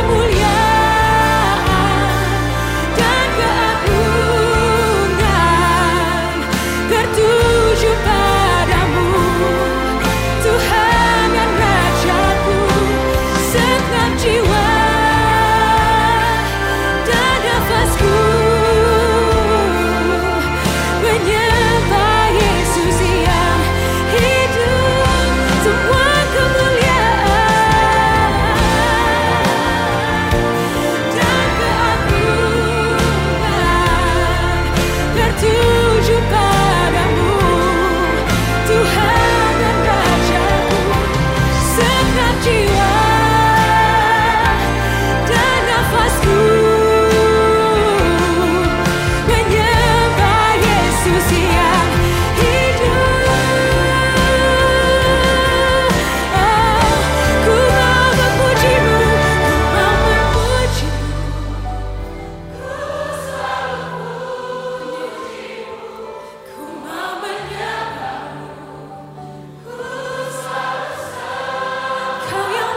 kemuliaan dan keagungan tertuju padamu, Tuhan dan Rajaku. Segenap jiwa dan nafasku menyembah Yesus yang hidup. Semua kemuliaan dan keagungan tertuju padamu, Tuhan dan Rajaku. Segenap jiwa dan nafasku menyembah Yesus yang hidup. Ku mau memuji-Mu, ku mau memuji-Mu, ku selalu puji-Mu, ku mau menyembah-Mu, ku selalu sembah. Kau yang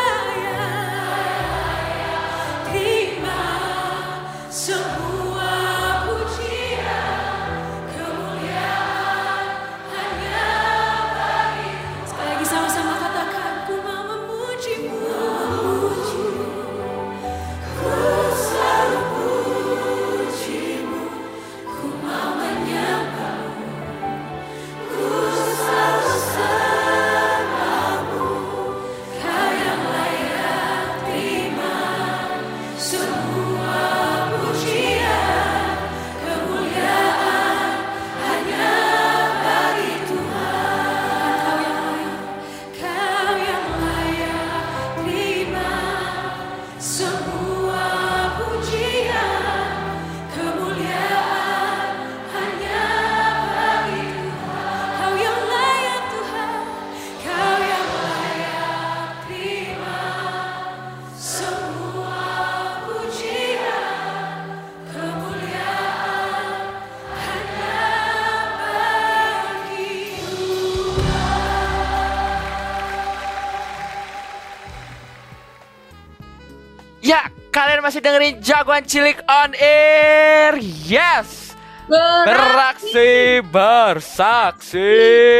layak terima semua pujian, kemuliaan hanya bagi Tuhan. Sekali lagi sama-sama katakan, ku mau memuji-Mu, ku selalu puji-Mu, ku mau menyembah-Mu, ku selalu sembah-Mu. Kau yang layak terima semua pujian, kemuliaan hanya bagi Tuhan. Kau yang layak terima semua pujian, kemuliaan hanya bagi Tuhan. Kau yang layak Tuhan, Kau yang layak terima semua pujian, kemuliaan hanya bagi Ya, kalian masih dengerin Jagoan Cilik on air. Yes. Beraksi bersaksi.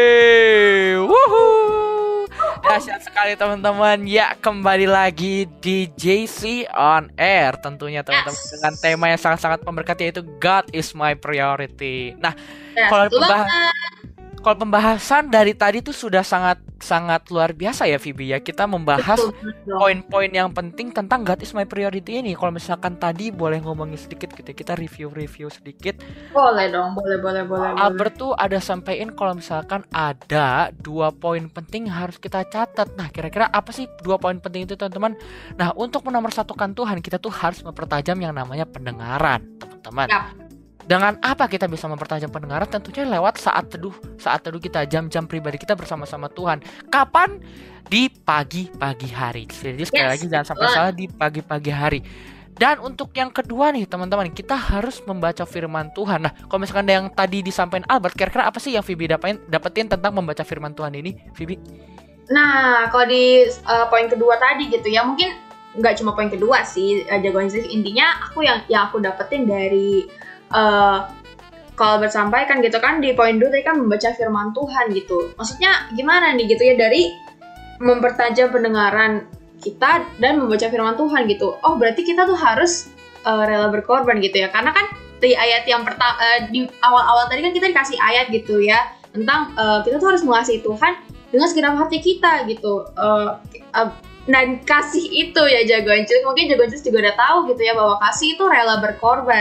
Wuhu. Dahsyat sekali teman-teman. Ya, kembali lagi di JC on air. Tentunya teman-teman Yes. dengan tema yang sangat-sangat memberkati, yaitu God is my priority. Nah, Ya, kalau betul kalau pembahasan dari tadi tuh sudah sangat luar biasa ya Phoebe ya. Kita membahas Betul. poin-poin yang penting tentang God is my priority ini. Kalau misalkan tadi boleh ngomongin sedikit gitu, kita review sedikit. Boleh dong, boleh. Albert tuh ada sampein kalau misalkan ada 2 poin penting harus kita catat. Nah, kira-kira apa sih 2 poin penting itu teman-teman? Nah, untuk menomorsatukan Tuhan, kita tuh harus mempertajam yang namanya pendengaran, teman-teman. Yap. Dengan apa kita bisa mempertajam pendengaran? Tentunya lewat saat teduh kita, jam-jam pribadi kita bersama-sama Tuhan. Kapan? Di pagi-pagi hari. Jadi sekali lagi jangan sampai salah, di pagi-pagi hari. Dan untuk yang kedua nih teman-teman, kita harus membaca firman Tuhan. Nah, kalau misalkan ada yang tadi disampaikan Albert, kira-kira apa sih yang Phoebe dapetin tentang membaca firman Tuhan ini, Phoebe? Nah, kalau di poin kedua tadi gitu ya, mungkin nggak cuma poin kedua sih, jagoan Cilik. Intinya aku yang aku dapetin dari kalau bersampaikan gitu kan di poin 2 tadi kan membaca firman Tuhan gitu. Maksudnya gimana nih gitu ya, dari mempertajam pendengaran kita dan membaca firman Tuhan gitu. Oh, berarti kita tuh harus rela berkorban gitu ya. Karena kan di ayat yang pertama di awal-awal tadi kan kita dikasih ayat gitu ya tentang kita tuh harus mengasihi Tuhan dengan segenap hati kita gitu. Dan kasih itu ya jagoan Cilik, mungkin jagoan Cilik juga udah tahu gitu ya bahwa kasih itu rela berkorban.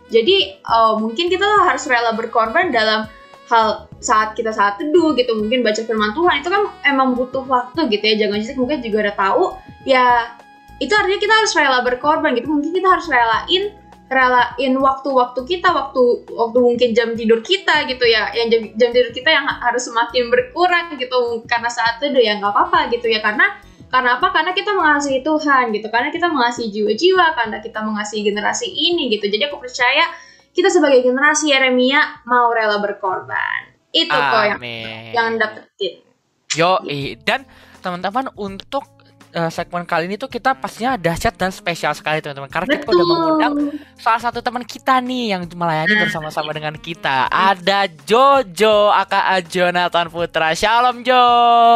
Jadi mungkin kita tuh harus rela berkorban dalam hal saat teduh gitu, mungkin baca firman Tuhan itu kan emang butuh waktu gitu ya. Jangan cilik mungkin juga udah tahu ya, itu artinya kita harus rela berkorban gitu. Mungkin kita harus relain waktu-waktu kita, waktu mungkin jam tidur kita gitu ya, yang jam tidur kita yang harus semakin berkurang gitu karena saat teduh ya nggak apa-apa gitu ya, karena apa? Karena kita mengasihi Tuhan gitu, karena kita mengasihi jiwa-jiwa, karena kita mengasihi generasi ini gitu. Jadi aku percaya kita sebagai generasi Yeremia mau rela berkorban. Itu kok yang dapetin. Dan teman-teman, untuk segmen kali ini tuh kita pastinya dahsyat dan spesial sekali teman-teman, karena kita udah mengundang salah satu teman kita nih yang melayani bersama-sama dengan kita. Ada Jojo aka Jonathan Putra. Shalom Jo.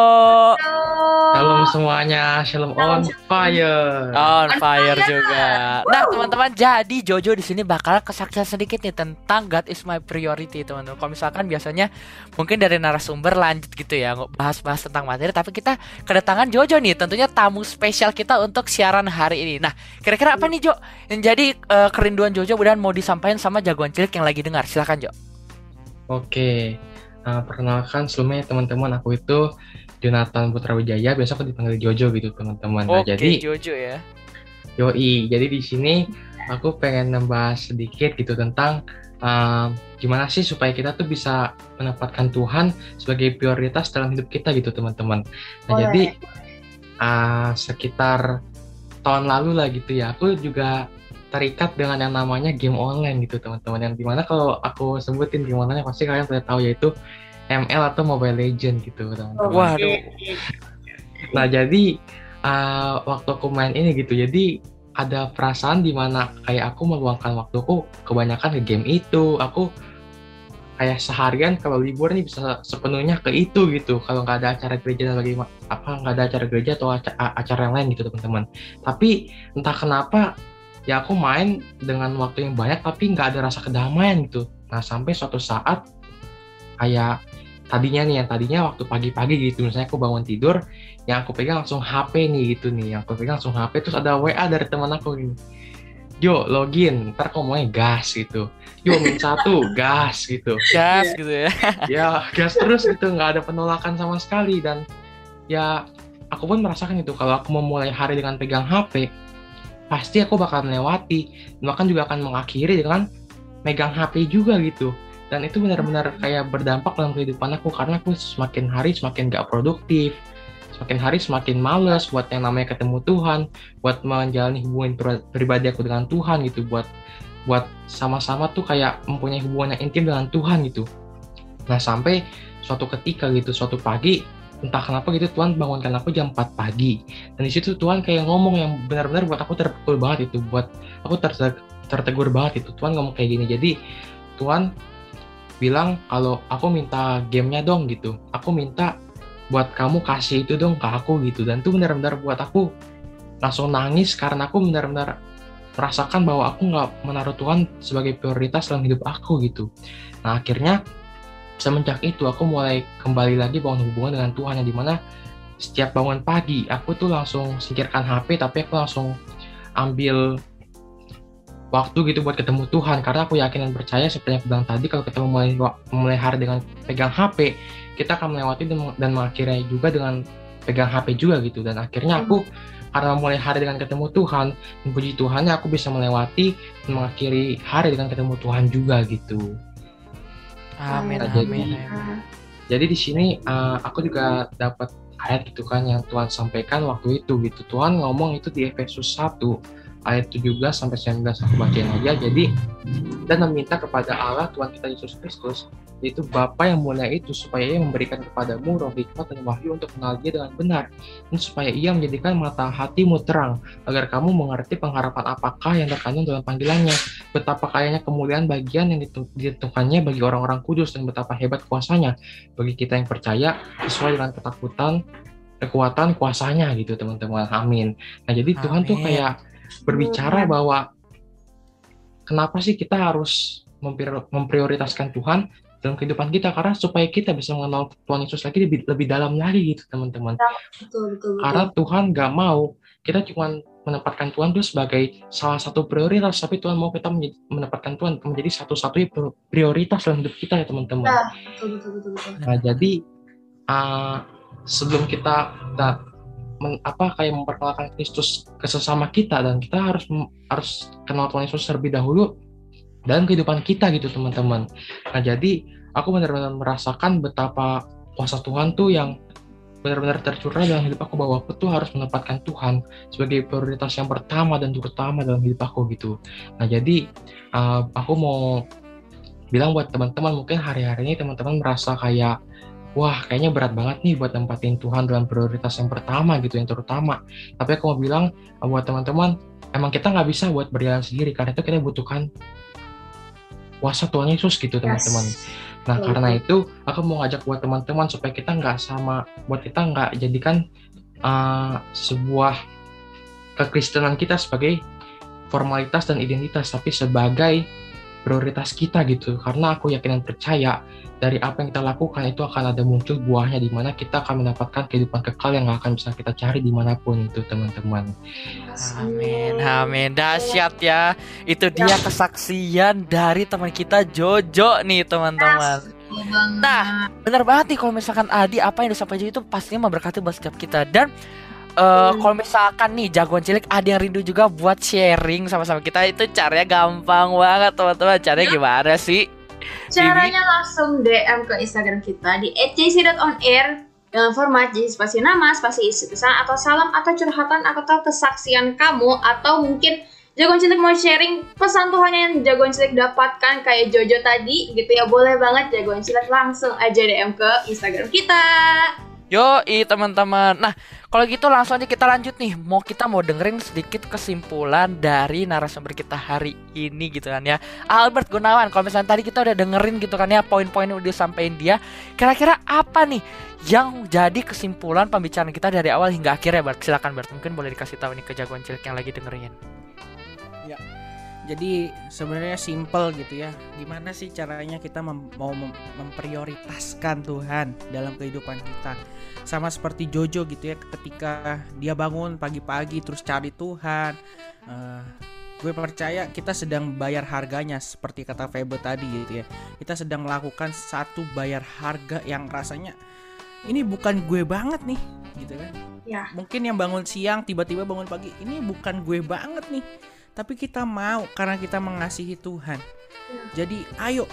Shalom semuanya, shalom on fire. On fire juga. Nah teman-teman, jadi Jojo di sini bakal kesaksian sedikit nih tentang God is my priority teman-teman. Kalau misalkan biasanya mungkin dari narasumber lanjut gitu ya, bahas-bahas tentang materi, tapi kita kedatangan Jojo nih, tentunya tamu spesial kita untuk siaran hari ini. Nah, kira-kira apa nih Jo yang jadi kerinduan Jojo dan mau disampaikan sama jagoan cilik yang lagi dengar? Silakan Jo. Oke, perkenalkan sebelumnya teman-teman, aku itu Jonathan Putra Wijaya, biasa aku dipanggil Jojo gitu teman-teman. Nah, jadi Jojo ya. jadi di sini aku pengen ngebahas sedikit gitu tentang gimana sih supaya kita tuh bisa menempatkan Tuhan sebagai prioritas dalam hidup kita gitu teman-teman. Nah, jadi sekitar tahun lalu lah gitu ya, aku juga terikat dengan yang namanya game online gitu teman-teman, yang dimana kalau aku sebutin game online pasti kalian sudah tahu, yaitu ML atau Mobile Legend gitu teman-teman. Waduh. Nah jadi waktu aku main ini gitu, jadi ada perasaan dimana kayak aku meluangkan waktuku kebanyakan ke game itu. Aku kayak seharian kalau libur nih bisa sepenuhnya ke itu gitu, kalau nggak ada acara gereja dan nggak ada acara gereja atau acara yang lain gitu teman-teman. Tapi entah kenapa ya aku main dengan waktu yang banyak tapi nggak ada rasa kedamaian gitu. Nah sampai suatu saat kayak tadinya waktu pagi-pagi gitu, misalnya aku bangun tidur, yang aku pegang langsung HP nih gitu nih, terus ada WA dari teman aku gini, "Jo, login, ntar ngomongnya gas gitu. Yo, min 1, gas gitu." Gas gitu ya. Ya, gas terus gitu, nggak ada penolakan sama sekali. Dan ya, aku pun merasakan itu, kalau aku memulai hari dengan pegang HP, pasti aku bakal melewati, bahkan juga akan mengakhiri dengan megang HP juga gitu. Dan itu benar-benar kayak berdampak dalam kehidupan aku, karena aku semakin hari semakin nggak produktif, semakin hari semakin males buat yang namanya ketemu Tuhan, buat menjalani hubungan pribadi aku dengan Tuhan gitu, buat sama-sama tuh kayak mempunyai hubungan yang intim dengan Tuhan gitu. Nah sampai suatu ketika gitu, suatu pagi, entah kenapa gitu Tuhan bangunkan aku jam 4 pagi, dan di situ Tuhan kayak ngomong yang benar-benar buat aku terpukul banget itu, buat aku tertegur banget itu. Tuhan ngomong kayak gini, jadi Tuhan bilang kalau aku minta gamenya dong gitu, aku minta buat kamu kasih itu dong ke aku gitu. Dan itu benar-benar buat aku langsung nangis, karena aku benar-benar merasakan bahwa aku nggak menaruh Tuhan sebagai prioritas dalam hidup aku gitu. Nah akhirnya semenjak itu aku mulai kembali lagi bangun hubungan dengan Tuhan, yang dimana setiap bangun pagi aku tuh langsung singkirkan HP, tapi aku langsung ambil waktu gitu buat ketemu Tuhan, karena aku yakin dan percaya seperti yang aku bilang tadi, kalau kita memulai hari dengan pegang HP, kita akan melewati dan mengakhiri juga dengan pegang HP juga gitu. Dan akhirnya aku karena memulai hari dengan ketemu Tuhan, dan puji Tuhannya aku bisa melewati dan mengakhiri hari dengan ketemu Tuhan juga gitu. Amin. Jadi di sini aku juga dapat ayat gitu kan yang Tuhan sampaikan waktu itu gitu. Tuhan ngomong itu di Efesus 1 ayat 17 sampai 19, aku bacain aja. Jadi, dan meminta kepada Allah Tuhan kita Yesus Kristus, yaitu Bapa yang mulia itu, supaya Ia memberikan kepadamu roh hikmat dan wahyu untuk mengenal Dia dengan benar, dan supaya Ia menjadikan mata hatimu terang, agar kamu mengerti pengharapan apakah yang terkandung dalam panggilannya, betapa kayanya kemuliaan bagian yang ditentukannya bagi orang-orang kudus, dan betapa hebat kuasanya bagi kita yang percaya, sesuai dengan kekuatan kuasanya gitu teman-teman. Amin. Nah jadi Tuhan tuh kayak berbicara bahwa kenapa sih kita harus memprioritaskan Tuhan dalam kehidupan kita, karena supaya kita bisa mengenal Tuhan Yesus lebih dalam lagi gitu teman-teman. Betul. Karena Tuhan gak mau kita cuma menempatkan Tuhan itu sebagai salah satu prioritas, tapi Tuhan mau kita menempatkan Tuhan menjadi satu-satunya prioritas dalam hidup kita ya teman-teman. Nah, betul. Nah jadi sebelum kita kayak memperkenalkan Kristus ke sesama kita, dan kita harus kenal Tuhan Yesus terlebih dahulu dalam kehidupan kita gitu teman-teman. Nah jadi aku benar-benar merasakan betapa kuasa Tuhan tuh yang benar-benar tercurah dalam hidup aku, bahwa aku tuh harus menempatkan Tuhan sebagai prioritas yang pertama dan terutama dalam hidup aku gitu. Nah jadi aku mau bilang buat teman-teman, mungkin hari-hari ini teman-teman merasa kayak wah kayaknya berat banget nih buat nempatin Tuhan dalam prioritas yang pertama gitu, yang terutama. Tapi aku mau bilang buat teman-teman, emang kita nggak bisa buat berjalan sendiri, karena itu kita butuhkan kuasa Tuhan Yesus gitu teman-teman. Nah karena itu aku mau ngajak buat teman-teman supaya kita nggak jadikan sebuah kekristenan kita sebagai formalitas dan identitas, tapi sebagai prioritas kita gitu. Karena aku yakin dan percaya dari apa yang kita lakukan itu akan ada muncul buahnya, di mana kita akan mendapatkan kehidupan kekal yang gak akan bisa kita cari dimanapun itu teman-teman. Amin. Dahsyat ya. Itu dia kesaksian dari teman kita Jojo nih teman-teman. Nah benar banget nih, kalau misalkan Adi apa yang disampaikan itu pastinya memberkati buat setiap kita. Dan kalau misalkan nih jagoan cilik ada yang rindu juga buat sharing sama-sama kita, itu caranya gampang banget teman-teman. Caranya gimana sih? Caranya langsung DM ke Instagram kita di @jc.onair dengan format JC spasi nama, spasi isi pesan atau salam atau curhatan atau kesaksian kamu, atau mungkin jagoan cilik mau sharing pesan Tuhan yang jagoan cilik dapatkan kayak Jojo tadi gitu ya, boleh banget jagoan cilik langsung aja DM ke Instagram kita. Yoi teman-teman. Nah kalau gitu langsung aja kita lanjut nih. Kita mau dengerin sedikit kesimpulan dari narasumber kita hari ini gitu kan ya, Albert Gunawan. Kalau misalnya tadi kita udah dengerin gitu kan ya, poin-poin udah disampaikan dia, kira-kira apa nih yang jadi kesimpulan pembicaraan kita dari awal hingga akhir ya Bart? Silakan Bart, mungkin boleh dikasih tahu nih ke jagoan cilik yang lagi dengerin. Ya. Jadi sebenarnya simple gitu ya. Gimana sih caranya kita mau memprioritaskan Tuhan dalam kehidupan kita? Sama seperti Jojo gitu ya, ketika dia bangun pagi-pagi terus cari Tuhan. Gue percaya kita sedang bayar harganya, seperti kata Febe tadi gitu ya. Kita sedang melakukan satu bayar harga yang rasanya ini bukan gue banget nih gitu kan. Ya. Mungkin yang bangun siang tiba-tiba bangun pagi, ini bukan gue banget nih. Tapi kita mau karena kita mengasihi Tuhan. Jadi ayo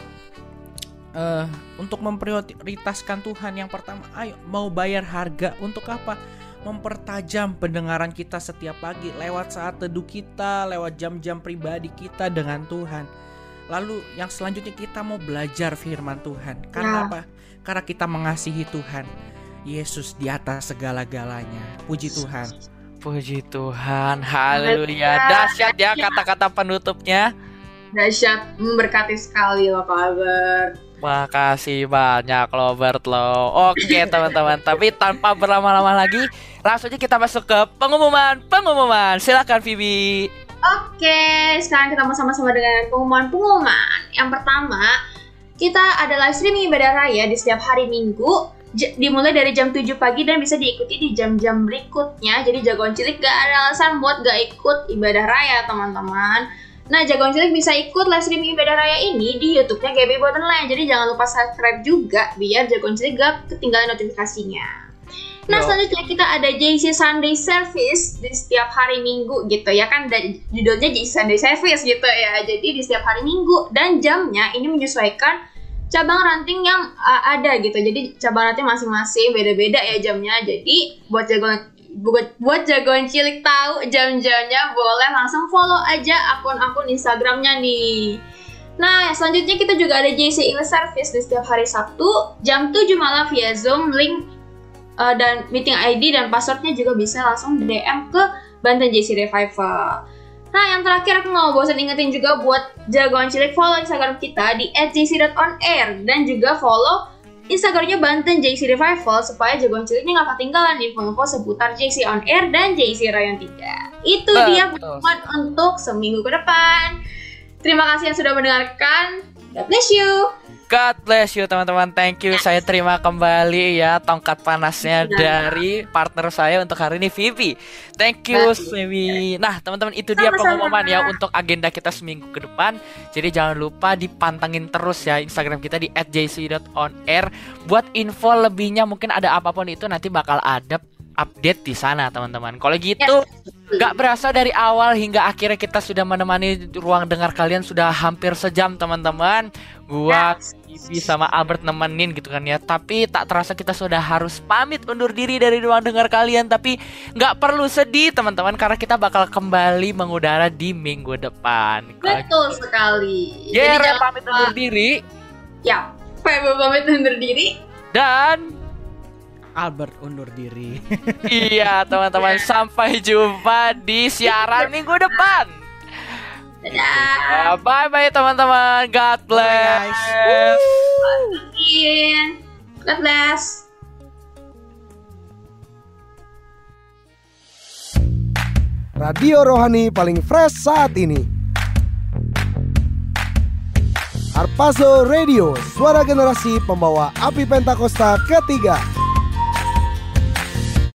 untuk memprioritaskan Tuhan yang pertama, ayo mau bayar harga untuk apa? Mempertajam pendengaran kita setiap pagi lewat saat teduh kita, lewat jam-jam pribadi kita dengan Tuhan. Lalu yang selanjutnya kita mau belajar firman Tuhan. Karena apa? Karena kita mengasihi Tuhan. Yesus di atas segala-galanya. Puji Tuhan. Puji Tuhan, haleluya. Dahsyat ya kata-kata penutupnya. Dahsyat, memberkati sekali loh Pak Albert. Makasih banyak Robert lo. Oke teman-teman, tapi tanpa berlama-lama lagi, langsung aja kita masuk ke pengumuman. Silakan Phoebe. Oke, sekarang kita mau sama-sama dengan pengumuman. Yang pertama, kita ada live streaming ibadah raya di setiap hari Minggu, dimulai dari jam 7 pagi dan bisa diikuti di jam-jam berikutnya. Jadi jagoan cilik gak ada alasan buat gak ikut ibadah raya teman-teman. Nah, jagoan cilik bisa ikut live streaming ibadah raya ini di YouTube-nya GB Bottomline. Jadi jangan lupa subscribe juga biar jagoan cilik gak ketinggalan notifikasinya. Nah, selanjutnya kita ada JC Sunday Service di setiap hari Minggu gitu ya kan, judulnya JC Sunday Service gitu ya. Jadi di setiap hari Minggu dan jamnya ini menyesuaikan cabang ranting yang ada gitu. Jadi cabang ranting masing-masing beda-beda ya jamnya. Jadi buat jagoan cilik tahu jam-jamnya, boleh langsung follow aja akun-akun Instagramnya nih. Nah, selanjutnya kita juga ada JC English Service di setiap hari Sabtu jam 7 malam via Zoom. Link dan meeting ID dan passwordnya juga bisa langsung DM ke Banten JC Revival. Nah, yang terakhir aku nggak bosan ingetin juga buat jagoan cilik follow Instagram kita di @jc.onair dan juga follow Instagramnya Banten JC Revival supaya jagoan ciliknya nggak ketinggalan info-info seputar JC On Air dan JC Rayon 3. Itu dia pengumuman untuk seminggu ke depan. Terima kasih yang sudah mendengarkan. God bless you. God bless you teman-teman. Thank you. Saya terima kembali ya tongkat panasnya dari partner saya untuk hari ini, Vivi. Thank you, Vivi. Nah, teman-teman, itu dia pengumuman ya untuk agenda kita seminggu ke depan. Jadi jangan lupa dipantengin terus ya Instagram kita di @jc.onair. Buat info lebihnya mungkin ada apapun itu nanti bakal ada update di sana, teman-teman. Kalau gitu, gak berasa dari awal hingga akhirnya kita sudah menemani ruang dengar kalian sudah hampir sejam, teman-teman. Gua, Vivi sama Albert nemenin gitu kan ya. Tapi tak terasa kita sudah harus pamit undur diri dari ruang dengar kalian. Tapi gak perlu sedih, teman-teman, karena kita bakal kembali mengudara di minggu depan. Betul sekali. Jadi pamit undur diri. Ya, pamit undur diri. Dan Albert undur diri. iya, teman-teman, sampai jumpa di siaran minggu depan. Dadah. Bye-bye, teman-teman. God bless. God bless. Radio Rohani paling fresh saat ini. Harpazo Radio, suara generasi pembawa api Pentakosta ketiga.